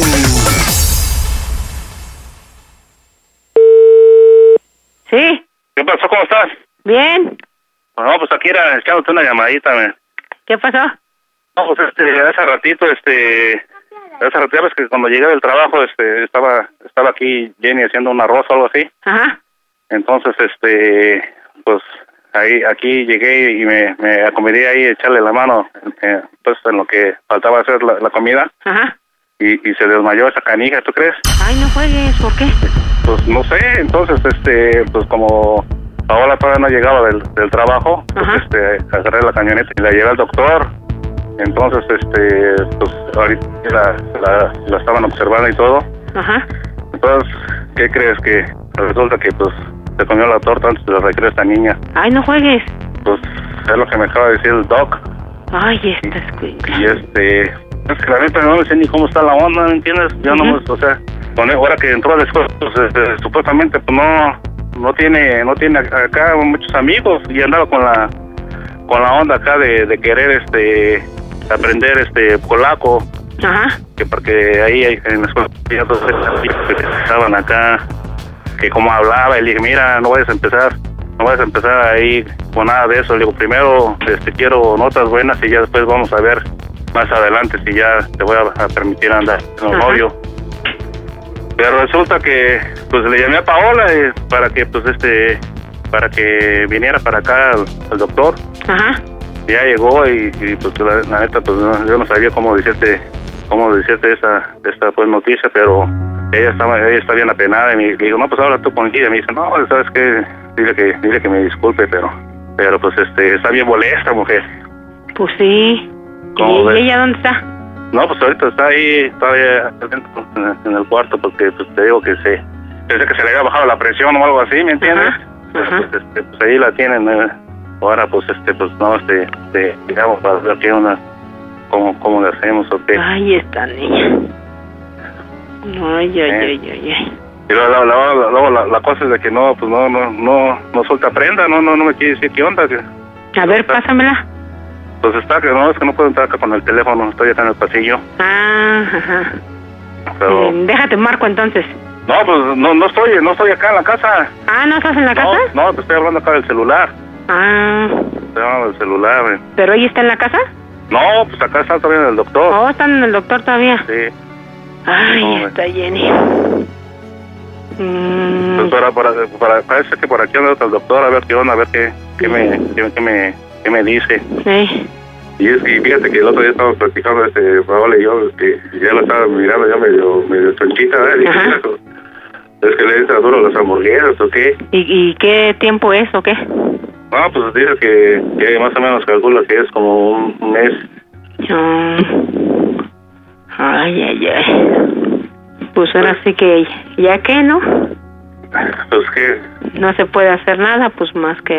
Sí. ¿Qué pasó? ¿Cómo estás? Bien. No, pues aquí era echándote una llamadita, me. ¿Qué pasó? No, pues este, hace ratito, este, hace ratito, ya ves que cuando llegué del trabajo, este, estaba, estaba aquí Jenny haciendo un arroz o algo así. Ajá. Entonces, este, pues, ahí, aquí llegué y me, me acomodé ahí, echarle la mano, eh, pues, en lo que faltaba hacer la, la comida. Ajá. Y, y se desmayó esa canija, ¿tú crees? Ay, no juegues. ¿Por qué? Pues, no sé, entonces, este, pues, como Paola todavía no llegaba del, del trabajo, pues, este, agarré la camioneta y la llevé al doctor. Entonces, este, pues, ahorita la, la, la estaban observando y todo. Ajá. Entonces, ¿qué crees? Que resulta que, pues, se comió la torta antes de recreo esta niña. Ay, no juegues. Pues, es lo que me acaba de decir el doc. Ay, esta escuela. Y, este, es que la neta no me sé ni cómo está la onda, ¿me entiendes? Yo no, o sea, con ahora que entró a la escuela, pues, este, supuestamente, pues, no, no tiene, no tiene acá muchos amigos y andaba con la, con la onda acá de, de querer este aprender este polaco. Ajá. Que porque ahí hay- en la escuela había dos amigos que estaban acá, que como hablaba, y le dije, mira, no vayas a empezar, no vayas a empezar ahí con nada de eso. Le digo, primero este, quiero notas buenas y ya después vamos a ver más adelante si ya te voy a, a permitir andar con el Ajá. novio. Pero resulta que pues le llamé a Paola eh, para que pues este para que viniera para acá al, al doctor. Ajá. Ya llegó y, y, pues la, la neta pues no, yo no sabía cómo decirte cómo decirte esa esta pues noticia, pero ella estaba ella está bien apenada y me le digo, no, pues habla tú con ella. Y me dice, no, sabes qué, dile que dile que me disculpe, pero pero pues este está bien molesta, mujer. Pues sí. ¿Cómo ¿Y ves? ella dónde está? No, pues ahorita está ahí todavía adentro, en, en el cuarto, porque pues te digo que se pensé que se le había bajado la presión o algo así, ¿me entiendes? Pero, pues, este, pues ahí la tienen. eh. Ahora pues este pues no este, este digamos para ver qué onda, cómo cómo le hacemos o qué. Ay, esta niña. Ay, ay, Eh. ay, ay, ay. Y luego la, la, la, luego la, la cosa es de que no, pues no, no, no, no suelta prenda, no, no, no me quiere decir qué onda. Que, A ver, pásamela. pues está que no, es que no puedo entrar acá con el teléfono, estoy acá en el pasillo. Ah, ajá. Pero, Eh, déjate marco entonces. no, pues no, no estoy, no estoy acá en la casa. Ah, ¿no estás en la No, casa? no, te estoy hablando acá del celular. Ah, Estoy hablando del celular. eh. ¿pero ella está en la casa? No, pues acá está todavía el doctor. Oh, están en el doctor todavía. Sí. Ay, No, está Jenny. Mm, Pues para, para, para, parece que por aquí anda el doctor a ver qué onda, a ver qué, qué me, qué, qué me, qué me dice. sí. Y es que fíjate que el otro día estábamos platicando este Paola y yo, que ya la estaba mirando ya medio, medio chonchita, ¿eh? Dije, Ajá. "Mira, pues, es que le entra duro las hamburguesas o qué". ¿Y, ¿Y qué tiempo es o qué? No, pues dice que, que más o menos calcula que es como un, un mes. Ah, ay, ay, ay. Pues ahora sí que, ya que, ¿no? Pues que, No se puede hacer nada, pues más que...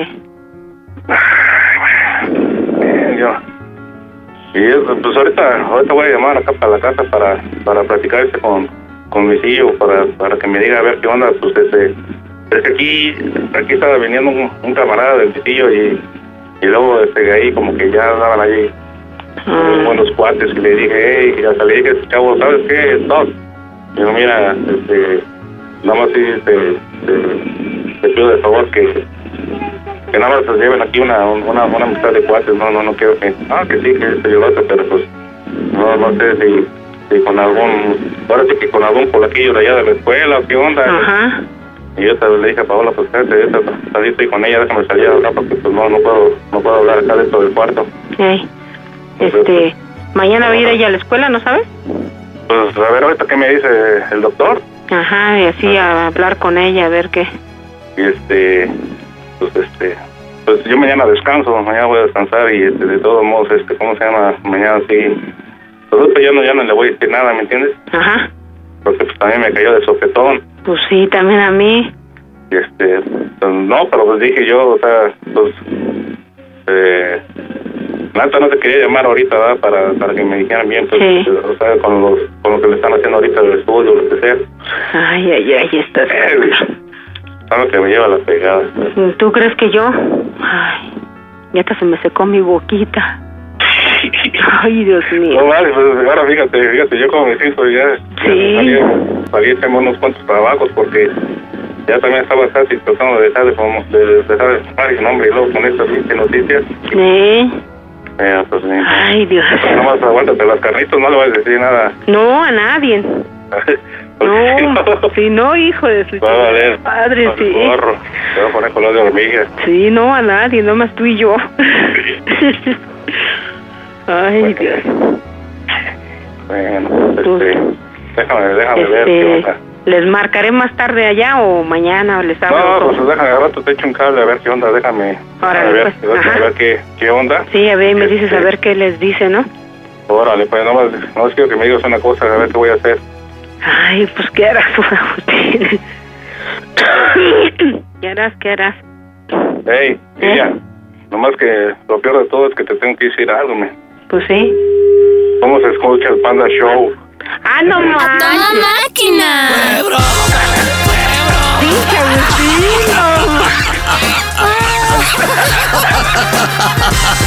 eh, yo. Y eso, pues ahorita, ahorita voy a llamar acá para la casa para, para platicar este con, con mi tío, para, para que me diga a ver qué onda, pues este, es que aquí, aquí estaba viniendo un, un camarada del tío y, y luego este ahí como que ya andaban ahí unos buenos cuates y le dije, hey, y hasta le dije, chavo, ¿sabes qué? Stop. Digo, mira, este, nada más sí te, te, te pido de favor que, que nada más se lleven aquí una, una, una amistad de cuates, no, no, no quiero que, ah, que sí, que esto y lo otro, pero pues, no, no sé si, si con algún, ahora sí que con algún polaquillo de allá de la escuela o qué onda. Ajá. Y yo te le dije a Paola, pues espérate, yo te salí estoy con ella, déjame salir acá porque pues no, no puedo, no puedo hablar acá dentro del cuarto. Ey, este, mañana va a ir ella a la escuela, ¿no sabes? Pues a ver ahorita qué me dice el doctor. Ajá, y así a hablar con ella, a ver qué. Y este, pues este, pues yo mañana descanso, mañana voy a descansar y este, de todos modos, este, ¿cómo se llama? Mañana sí, pues ahorita ya no, ya no le voy a decir nada, ¿me entiendes? Ajá. Porque pues también me cayó de sopetón. Pues sí, también a mí. Y este, pues no, pero pues dije yo, o sea, pues, eh, Nata no te quería llamar ahorita, ¿verdad? Para, para que me dijeran bien, pues, Sí. o sea, con, los, con lo que le están haciendo ahorita el estudio, lo que sea. Ay, ay, ay, estás... Sabes que me lleva la pegada. ¿Tú crees que yo? Ay, ya hasta se me secó mi boquita. Ay, Dios mío. No vale, pues ahora fíjate, fíjate, yo como me siento ya, Sí. ya salí, salí a echarme unos cuantos trabajos porque ya también estaba casi tratando de dejar de, como- de dejar de fumar y nombre y luego con estas pinches noticias. Sí. Eh, pues, ni- Ay, Dios. Nada más aguántate las carnitas, no le vas a decir nada. No, a nadie. No, si no, hijo de su Va a valer. padre, sí. Gorro, te voy a poner color de hormiga. Sí, no, a nadie, nomás tú y yo. Ay, Dios. Bueno, este, déjame, déjame ver qué Este, onda. ¿les marcaré más tarde allá o mañana o les hablo? No, pues déjame, al rato te echo un cable a ver qué onda, déjame, Órale, a ver, pues, déjame ajá. ver qué, qué onda. Sí, a ver, y me dices Este, a ver qué les dice, ¿no? Órale, pues nomás, nomás quiero que me digas una cosa, a ver qué voy a hacer. Ay, pues, ¿qué harás, Agustín? ¿Qué harás, qué harás? Hey, Lilia, nomás que lo peor de todo es que te tengo que decir algo, me. Pues sí. ¿Cómo se escucha el Panda Show? ¡Ah, no manches! ¡Toda máquina! ¡Pinche Agustín!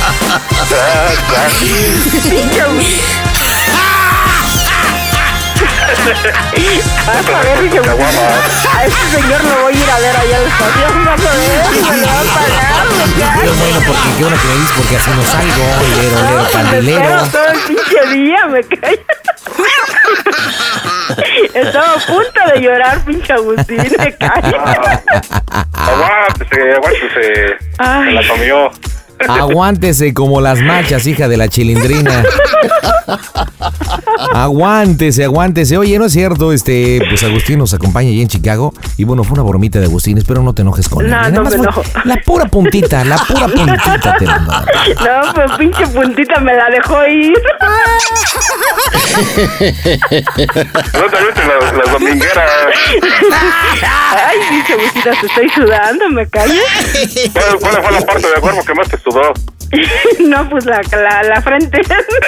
Pinche Agustín. Vas a ver, pinche Agustín. A ese señor lo voy a ir a ver allá al estación. Vas a ver, me lo va a pagar. Pero bueno, porque qué bueno que me dices, porque así no salgo, lero, lero, candilero. Me espero todo el pinche día, me cae. Estaba a punto de llorar, pinche Agustín, me cae. Aguántese, aguántese. Se la comió. Aguántese como las machas, hija de la chilindrina. Aguántese, aguántese. Oye, no es cierto, este, pues Agustín nos acompaña allí en Chicago. Y bueno, fue una bromita de Agustín, espero no te enojes con él. No, no me enojo. La pura puntita, la pura puntita te la mando. No, pues pinche puntita me la dejó ir. No te viste las, las domingueras. Ay, pinche Agustina, te estoy sudando, ¿me calles? ¿Cuál, ¿Cuál fue la parte del cuerpo que más te sudó? No, pues la, la, la frente.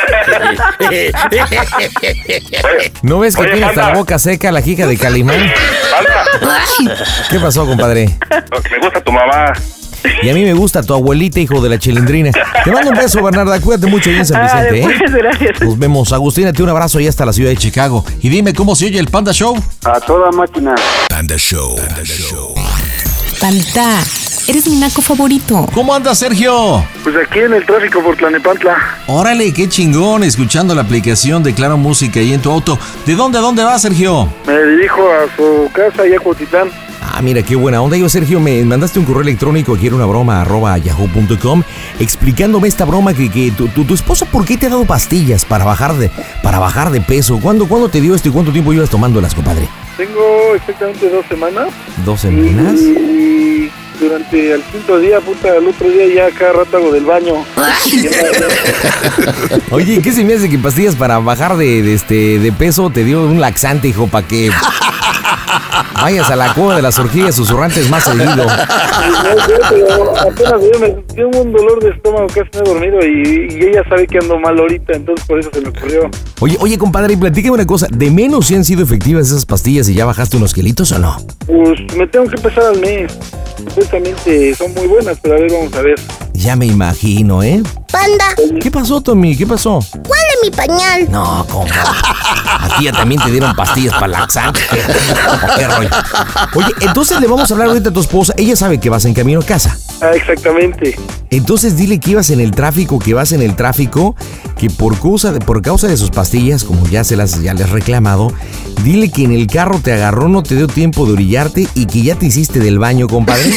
¿No ves que Oye, tiene hasta Panda. la boca seca la hija de Calimán? Panda, ¿Qué pasó, compadre? me gusta tu mamá. Y a mí me gusta tu abuelita, hijo de la chilindrina. Te mando un beso, Bernarda. Cuídate mucho bien, San Ah, Vicente, ¿eh? después, gracias. Nos vemos. Agustina, te un abrazo y hasta la ciudad de Chicago. Y dime cómo se oye el Panda Show. A toda máquina. Panda Show. Panda Show. Pandita, eres mi naco favorito. ¿Cómo andas, Sergio? Pues aquí en el tráfico por Tlanepantla. Órale, qué chingón, escuchando la aplicación de Claro Música ahí en tu auto. ¿De dónde a dónde vas, Sergio? Me dirijo a su casa allá a Cuautitlán. Ah, mira, qué buena onda. Yo, Sergio, me mandaste un correo electrónico, quiero una broma, arroba yahoo punto com, explicándome esta broma que, que tu, tu, tu esposa, ¿por qué te ha dado pastillas para bajar de, para bajar de peso? ¿Cuándo, ¿Cuándo te dio esto y cuánto tiempo llevas tomándolas, compadre? Tengo exactamente dos semanas. ¿Dos semanas? Y durante el quinto día, puta, el otro día ya cada rato hago del baño. Oye, ¿qué se me hace que pastillas para bajar de, de, este, de peso te dio un laxante, hijo, para que vayas a la cueva de las orgías susurrantes más seguido? No sé, pero apenas yo me dio un dolor de estómago, casi no he dormido y, y ella sabe que ando mal ahorita, entonces por eso se me ocurrió. Oye, oye, compadre, platícame una cosa. ¿De menos si han sido efectivas esas pastillas y ya bajaste unos kilitos o no? Pues me tengo que empezar al mes. Supuestamente son muy buenas, pero a ver, vamos a ver. Ya me imagino, ¿eh? Panda, ¿Qué pasó, Tommy? ¿Qué pasó? huele mi pañal. No, compa. A ti ya también te dieron pastillas para laxante. ¿O qué rollo? Oye, entonces le vamos a hablar ahorita a tu esposa. Ella sabe que vas en camino a casa. Ah, exactamente. Entonces dile que ibas en el tráfico, que vas en el tráfico, que por causa de, por causa de sus pastillas, como ya se las ya les has reclamado, dile que en el carro te agarró, no te dio tiempo de orillarte y que ya te hiciste del baño, compadre.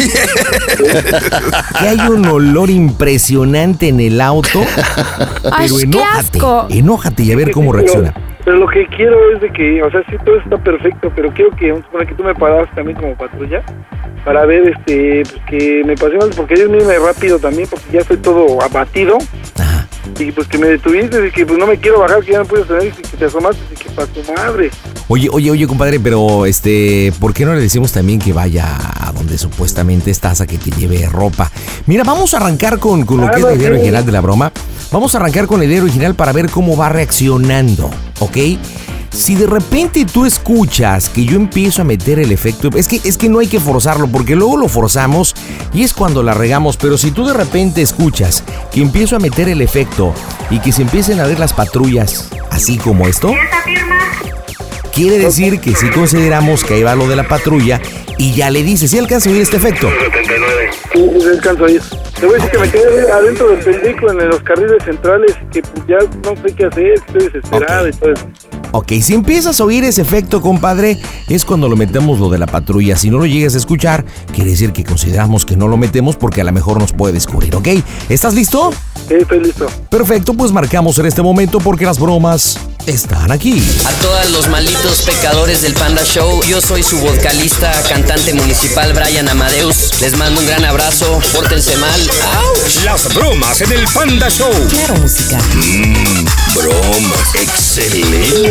Que hay un olor impresionante en el auto. Ay, Pero qué enójate, asco. enójate y a ver cómo reacciona. Pero lo que quiero es de que, o sea, sí, todo está perfecto, pero quiero que, para que tú me paras también como patrulla, para ver, este, pues que me pasemos, porque ellos me irme rápido también, porque ya estoy todo abatido. Ajá. Y pues que me detuviste, y que pues no me quiero bajar, que ya no puedes tener, y que te asomaste, y que para tu madre. Oye, oye, oye, compadre, pero este, ¿por qué no le decimos también que vaya a donde supuestamente estás, a que te lleve ropa? Mira, vamos a arrancar con, con lo que es la idea original de la broma. Vamos a arrancar con la idea original para ver cómo va reaccionando, ¿ok? Si de repente tú escuchas que yo empiezo a meter el efecto, es que, es que no hay que forzarlo, porque luego lo forzamos y es cuando la regamos. Pero si tú de repente escuchas que empiezo a meter el efecto y que se empiecen a ver las patrullas, así como esto, quiere decir que sí consideramos que ahí va lo de la patrulla y ya le dices, ¿sí alcanza a oír este efecto? Sí, sí, alcanzo a ir. Te voy a decir que me quedé adentro del pendejo en los carriles centrales y que pues ya no sé qué hacer, estoy desesperado y todo eso. Ok, si empiezas a oír ese efecto, compadre, es cuando lo metemos lo de la patrulla. Si no lo llegas a escuchar, quiere decir que consideramos que no lo metemos porque a lo mejor nos puede descubrir, ¿ok? ¿Estás listo? Sí, estoy listo. Perfecto, pues marcamos en este momento porque las bromas están aquí. A todos los malditos pecadores del Panda Show, yo soy su vocalista, cantante municipal Brian Amadeus. Les mando un gran abrazo, pórtense mal. ¡Auch! Las bromas en el Panda Show. Claro Música. Mmm, bromas. Excelente.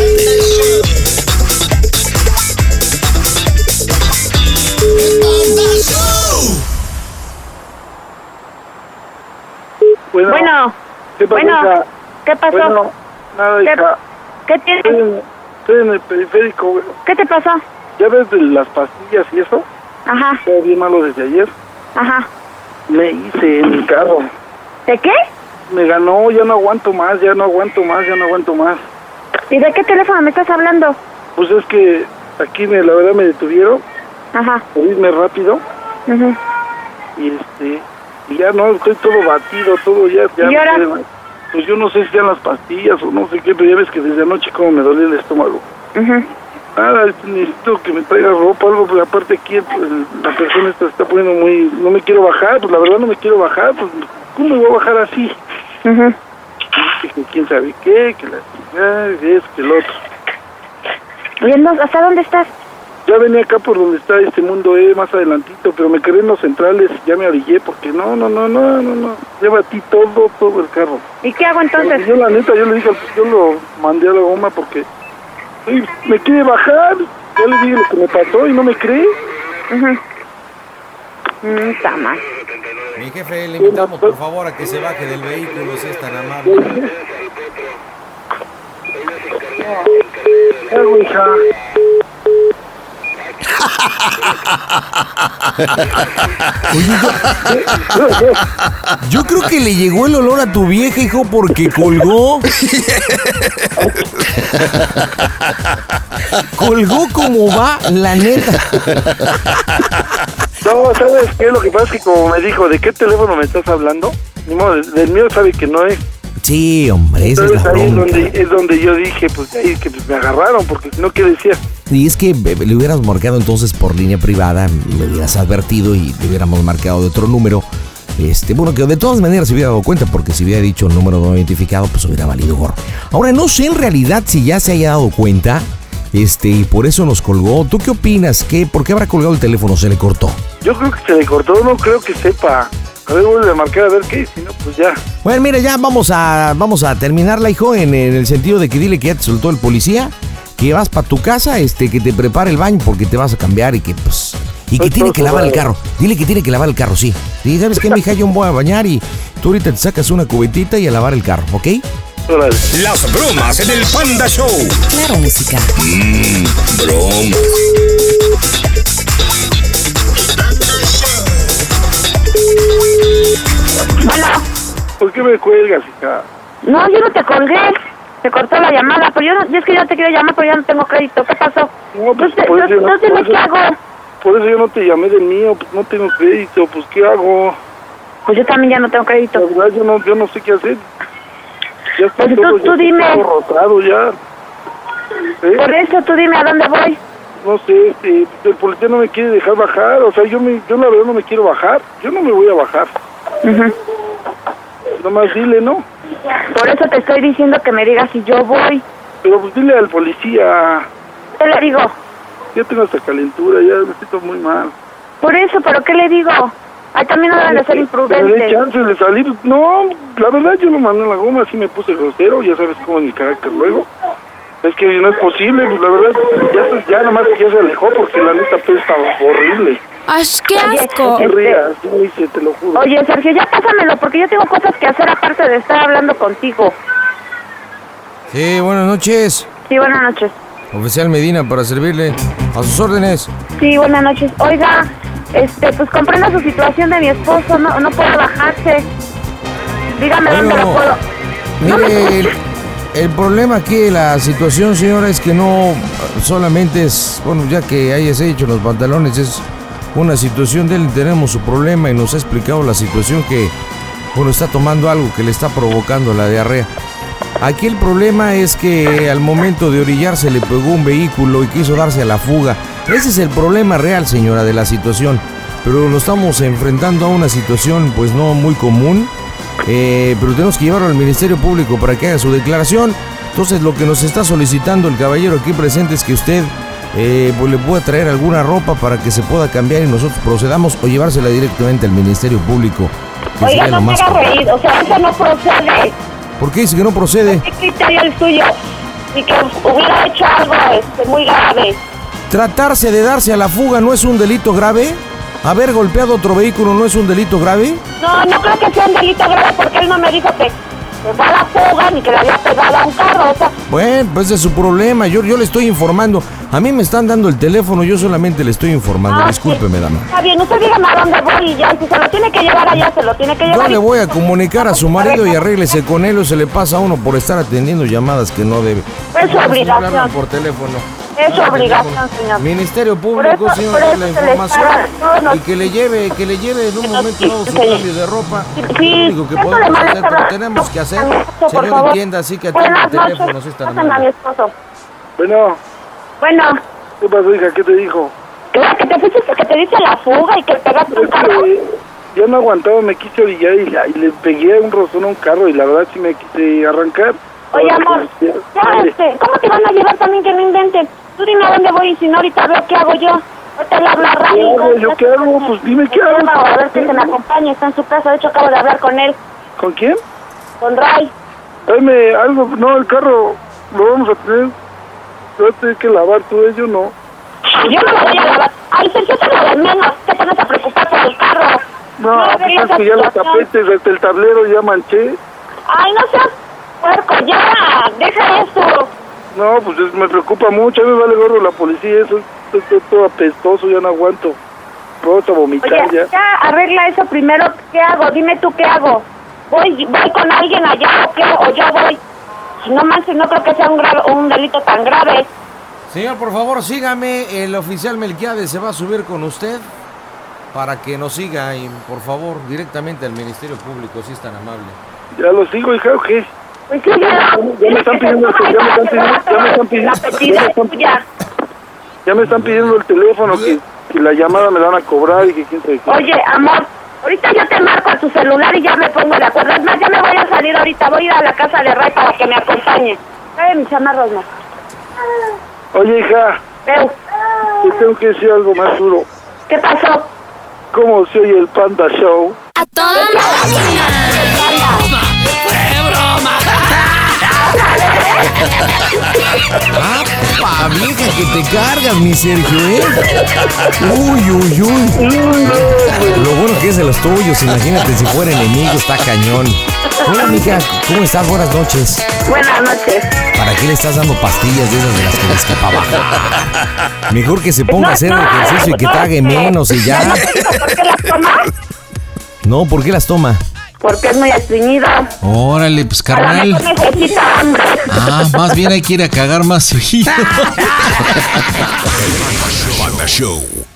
Bueno, Bueno, ¿qué pasó, bueno, hija? ¿qué pasó? Bueno, nada, ¿Qué, hija. ¿Qué tienes? Estoy en, estoy en el periférico, güey. ¿Qué te pasó? ¿Ya ves de las pastillas y eso? Ajá, Estaba bien malo desde ayer. ajá. Me hice en mi carro. ¿De qué? me ganó, ya no aguanto más, ya no aguanto más, ya no aguanto más. ¿Y de qué teléfono me estás hablando? Pues es que aquí me, la verdad me detuvieron. Ajá. Por irme rápido. Uh-huh. Y este, y ya no, estoy todo batido, todo ya, ya. ¿Y ahora? No sé, pues yo no sé si sean las pastillas o no sé qué, pero ya ves que desde anoche como me dolía el estómago. Uh-huh. Nada, necesito que me traiga ropa, algo, porque aparte aquí el, la persona esta está poniendo muy... No me quiero bajar, pues la verdad no me quiero bajar, pues ¿cómo me voy a bajar así? Uh-huh. Que quién sabe qué, que la chingada, que es, que el otro. ¿Y entonces, hasta dónde estás? Ya venía acá por donde está este mundo, eh, más adelantito, pero me quedé en los centrales, ya me orillé, porque no, no, no, no, no, no, ya batí todo, todo el carro. ¿Y qué hago entonces? Yo la neta, yo le dije, yo lo mandé a la goma porque... Ay, me quiere bajar, ya le dije lo que me pasó y no me cree. Uh-huh. Mm, está mal. Mi jefe, le invitamos por favor a que se baje del vehículo si es tan amable. ¿Qué hago, hija? Oye, yo, yo creo que le llegó el olor a tu vieja, hijo, porque colgó. Colgó como va, la neta. No, ¿sabes qué? Lo que pasa es que como me dijo, ¿de qué teléfono me estás hablando? Ni modo, del mío sabe que no es. Sí, hombre, esa Entonces, es la ahí es bronca. donde, es donde yo dije, pues ahí que pues, me agarraron, porque no, ¿qué decía? Y es que eh, le hubieras marcado entonces por línea privada, le hubieras advertido y le hubiéramos marcado de otro número. Este, bueno, que de todas maneras se hubiera dado cuenta, porque si hubiera dicho el número no identificado, pues hubiera valido gorro. Ahora, no sé en realidad si ya se haya dado cuenta, este, y por eso nos colgó. ¿Tú qué opinas? ¿Qué, ¿Por qué habrá colgado el teléfono? ¿Se le cortó? Yo creo que se le cortó, no creo que sepa. A ver, vuelve a marcar a ver qué, si no, pues ya. Bueno, mira, ya vamos a, vamos a terminarla, hijo, en, en el sentido de que dile que ya te soltó el policía, que vas para tu casa, este, que te prepare el baño porque te vas a cambiar y que, pues... Y que tiene que lavar el carro. Dile que tiene que lavar el carro, sí. Y ¿sabes qué, mija? Yo me voy a bañar y tú ahorita te sacas una cubetita y a lavar el carro, ¿ok? Las bromas en el Panda Show. Claro, música. Mmm, bromas. Bueno. ¿Por qué me cuelgas, hija? No, yo no te colgué. Se cortó la llamada, pero yo, no, yo es que yo te quiero llamar, pero ya no tengo crédito. ¿Qué pasó? No, pues, Entonces, por eso, no, no sé por qué eso- hago. Por eso yo no te llamé del mío, pues no tengo crédito, pues ¿qué hago? Pues yo también ya no tengo crédito. La verdad, yo no, yo no sé qué hacer. Ya está Pues todo, tú- ya tú está dime. todo rotado ya. ¿Eh? Por eso tú dime a dónde voy. No sé, este, el policía no me quiere dejar bajar, o sea, yo me, yo la verdad no me quiero bajar, yo no me voy a bajar. Uh-huh. Nomás dile, ¿no? Por eso te estoy diciendo que me digas si yo voy. Pero pues dile al policía, ¿Qué le digo? ya tengo esta calentura, ya me siento muy mal. Por eso, ¿pero qué le digo? Ay, también no deben de ser Que me dé imprudentes. chance de salir. No, la verdad yo lo mandé en la goma, así me puse grosero, ya sabes cómo es mi carácter luego. Es que no es posible, pues la verdad, ya, se- ya nomás ya se alejó porque la neta pesta horrible. ¡Ay, qué asco! No te rías, sí, dice, te lo juro. Oye, Sergio, ya pásamelo, porque yo tengo cosas que hacer aparte de estar hablando contigo. Sí, buenas noches. Sí, buenas noches. Oficial Medina, para servirle. A sus órdenes. Sí, buenas noches. Oiga, este, pues comprendo su situación de mi esposo, no, no puede bajarse. Dígame dónde lo puedo. Mire, el, el problema aquí de la situación, señora, es que no solamente es, bueno, ya que hayas hecho los pantalones, es una situación de él, tenemos su problema y nos ha explicado la situación que, bueno, está tomando algo que le está provocando la diarrea. Aquí el problema es que al momento de orillarse le pegó un vehículo y quiso darse a la fuga. Ese es el problema real, señora, de la situación. Pero lo estamos enfrentando a una situación pues no muy común. Eh, pero tenemos que llevarlo al Ministerio Público para que haga su declaración. Entonces lo que nos está solicitando el caballero aquí presente es que usted eh, pues, le pueda traer alguna ropa para que se pueda cambiar y nosotros procedamos o llevársela directamente al Ministerio Público. Que Oiga, sería lo no me más haga correcto. reír, o sea, eso no procede. ¿Por qué dice que no procede? ¿Qué criterio el suyo? Y que hubiera hecho algo este, muy grave. ¿Tratarse de darse a la fuga no es un delito grave? ¿Haber golpeado otro vehículo no es un delito grave? No, no creo que sea un delito grave porque él no me dijo que, se fue a la fuga ni que le había pegado a un carro, o sea. Bueno, pues es su problema, yo, yo le estoy informando. A mí me están dando el teléfono, yo solamente le estoy informando. Ah, Discúlpeme, dama. Está bien, usted dígame a dónde voy y ya, si se lo tiene que llevar allá, se lo tiene que llevar. Yo le voy a comunicar a su marido y arréglese con él o se le pasa a uno por estar atendiendo llamadas que no debe. Es su obligación. Por teléfono. Es su obligación, señor. Ministerio Público, eso, señor, la información no, no. y que le lleve, que le lleve en un momento dado su cambio de ropa. Sí, Lo único que podemos hacer, pero tenemos que hacer. Por Señor, favor. entienda, así que atiende el Buenas teléfono, noches. si está Pásenme a mi esposo. Bueno, Bueno, ¿qué pasó, hija? ¿Qué te dijo? claro que te fuiste, que te diste la fuga y que pegaste un carro. Ya no aguantaba, me quise orillar y, la- y le pegué un rozón a un carro y la verdad sí me quise arrancar. Oye, amor, ya, este, ¿cómo te van a llevar también que no inventen? Tú dime a dónde voy y si no, ahorita veo qué hago yo. Ahorita le hablo a Ray. ¿Qué hago? ¿Yo qué hago? Pues dime qué hago. A ver que se me acompañe, está en su casa. De hecho, acabo de hablar con él, ¿Con quién? con Ray. Dame algo, no, el carro lo vamos a tener, lo vas a tener que lavar tú, yo no. Yo no lo voy a lavar. Ay, Sergio, eso es lo de menos. ¿Qué te vas a preocupar por el carro? No, No, pues esa es que ya los situación. tapetes, hasta el tablero ya manché. Ay, no seas puerco, ya, deja eso. No, pues es- me preocupa mucho, a mí me vale gorro la policía, eso es todo, todo apestoso, ya no aguanto. Vamos a vomitar Oye, ya. ya, arregla eso primero. ¿Qué hago? Dime tú qué hago. ¿Voy voy con alguien allá o qué? ¿O yo voy? No manches, no creo que sea un, grave, un delito tan grave. Señor, por favor, sígame. El oficial Melquiades se va a subir con usted para que nos siga y, por favor, directamente al Ministerio Público, si es tan amable. ¿Ya lo sigo, hija, o qué? Pues sí, ya. Ya me están pidiendo, ya me están pidiendo, ya me están pidiendo, La petida es tuya. ya me están pidiendo el teléfono, que, que la llamada me la van a cobrar y que quién sabe qué. Oye, amor, ahorita yo te marco a tu celular y ya me pongo de acuerdo. Es más, ya me voy a salir ahorita. Voy a ir a la casa de Ray para que me acompañe. Trae mis chamarros, no. Oye, hija, Veo. te tengo que decir algo más duro. ¿Qué pasó? ¿Cómo se oye el Panda Show? ¡A toda máquina! Ah, pa vieja que te cargas, mi Sergio, ¿eh? Uy, uy, uy. Lo bueno que es de los tuyos, imagínate si fuera enemigo, está cañón. Hola, mija, ¿cómo estás? Buenas noches. Buenas noches. ¿Para qué le estás dando pastillas de esas de las que ves que para abajo? Mejor que se ponga a hacer ejercicio y que trague menos y ya. ¿Por qué las tomas? No, ¿por qué las toma? Porque es muy estreñido. Órale, pues A lo carnal. mejor necesita hambre. Ah, más bien hay que ir a cagar más seguido. Panda Show.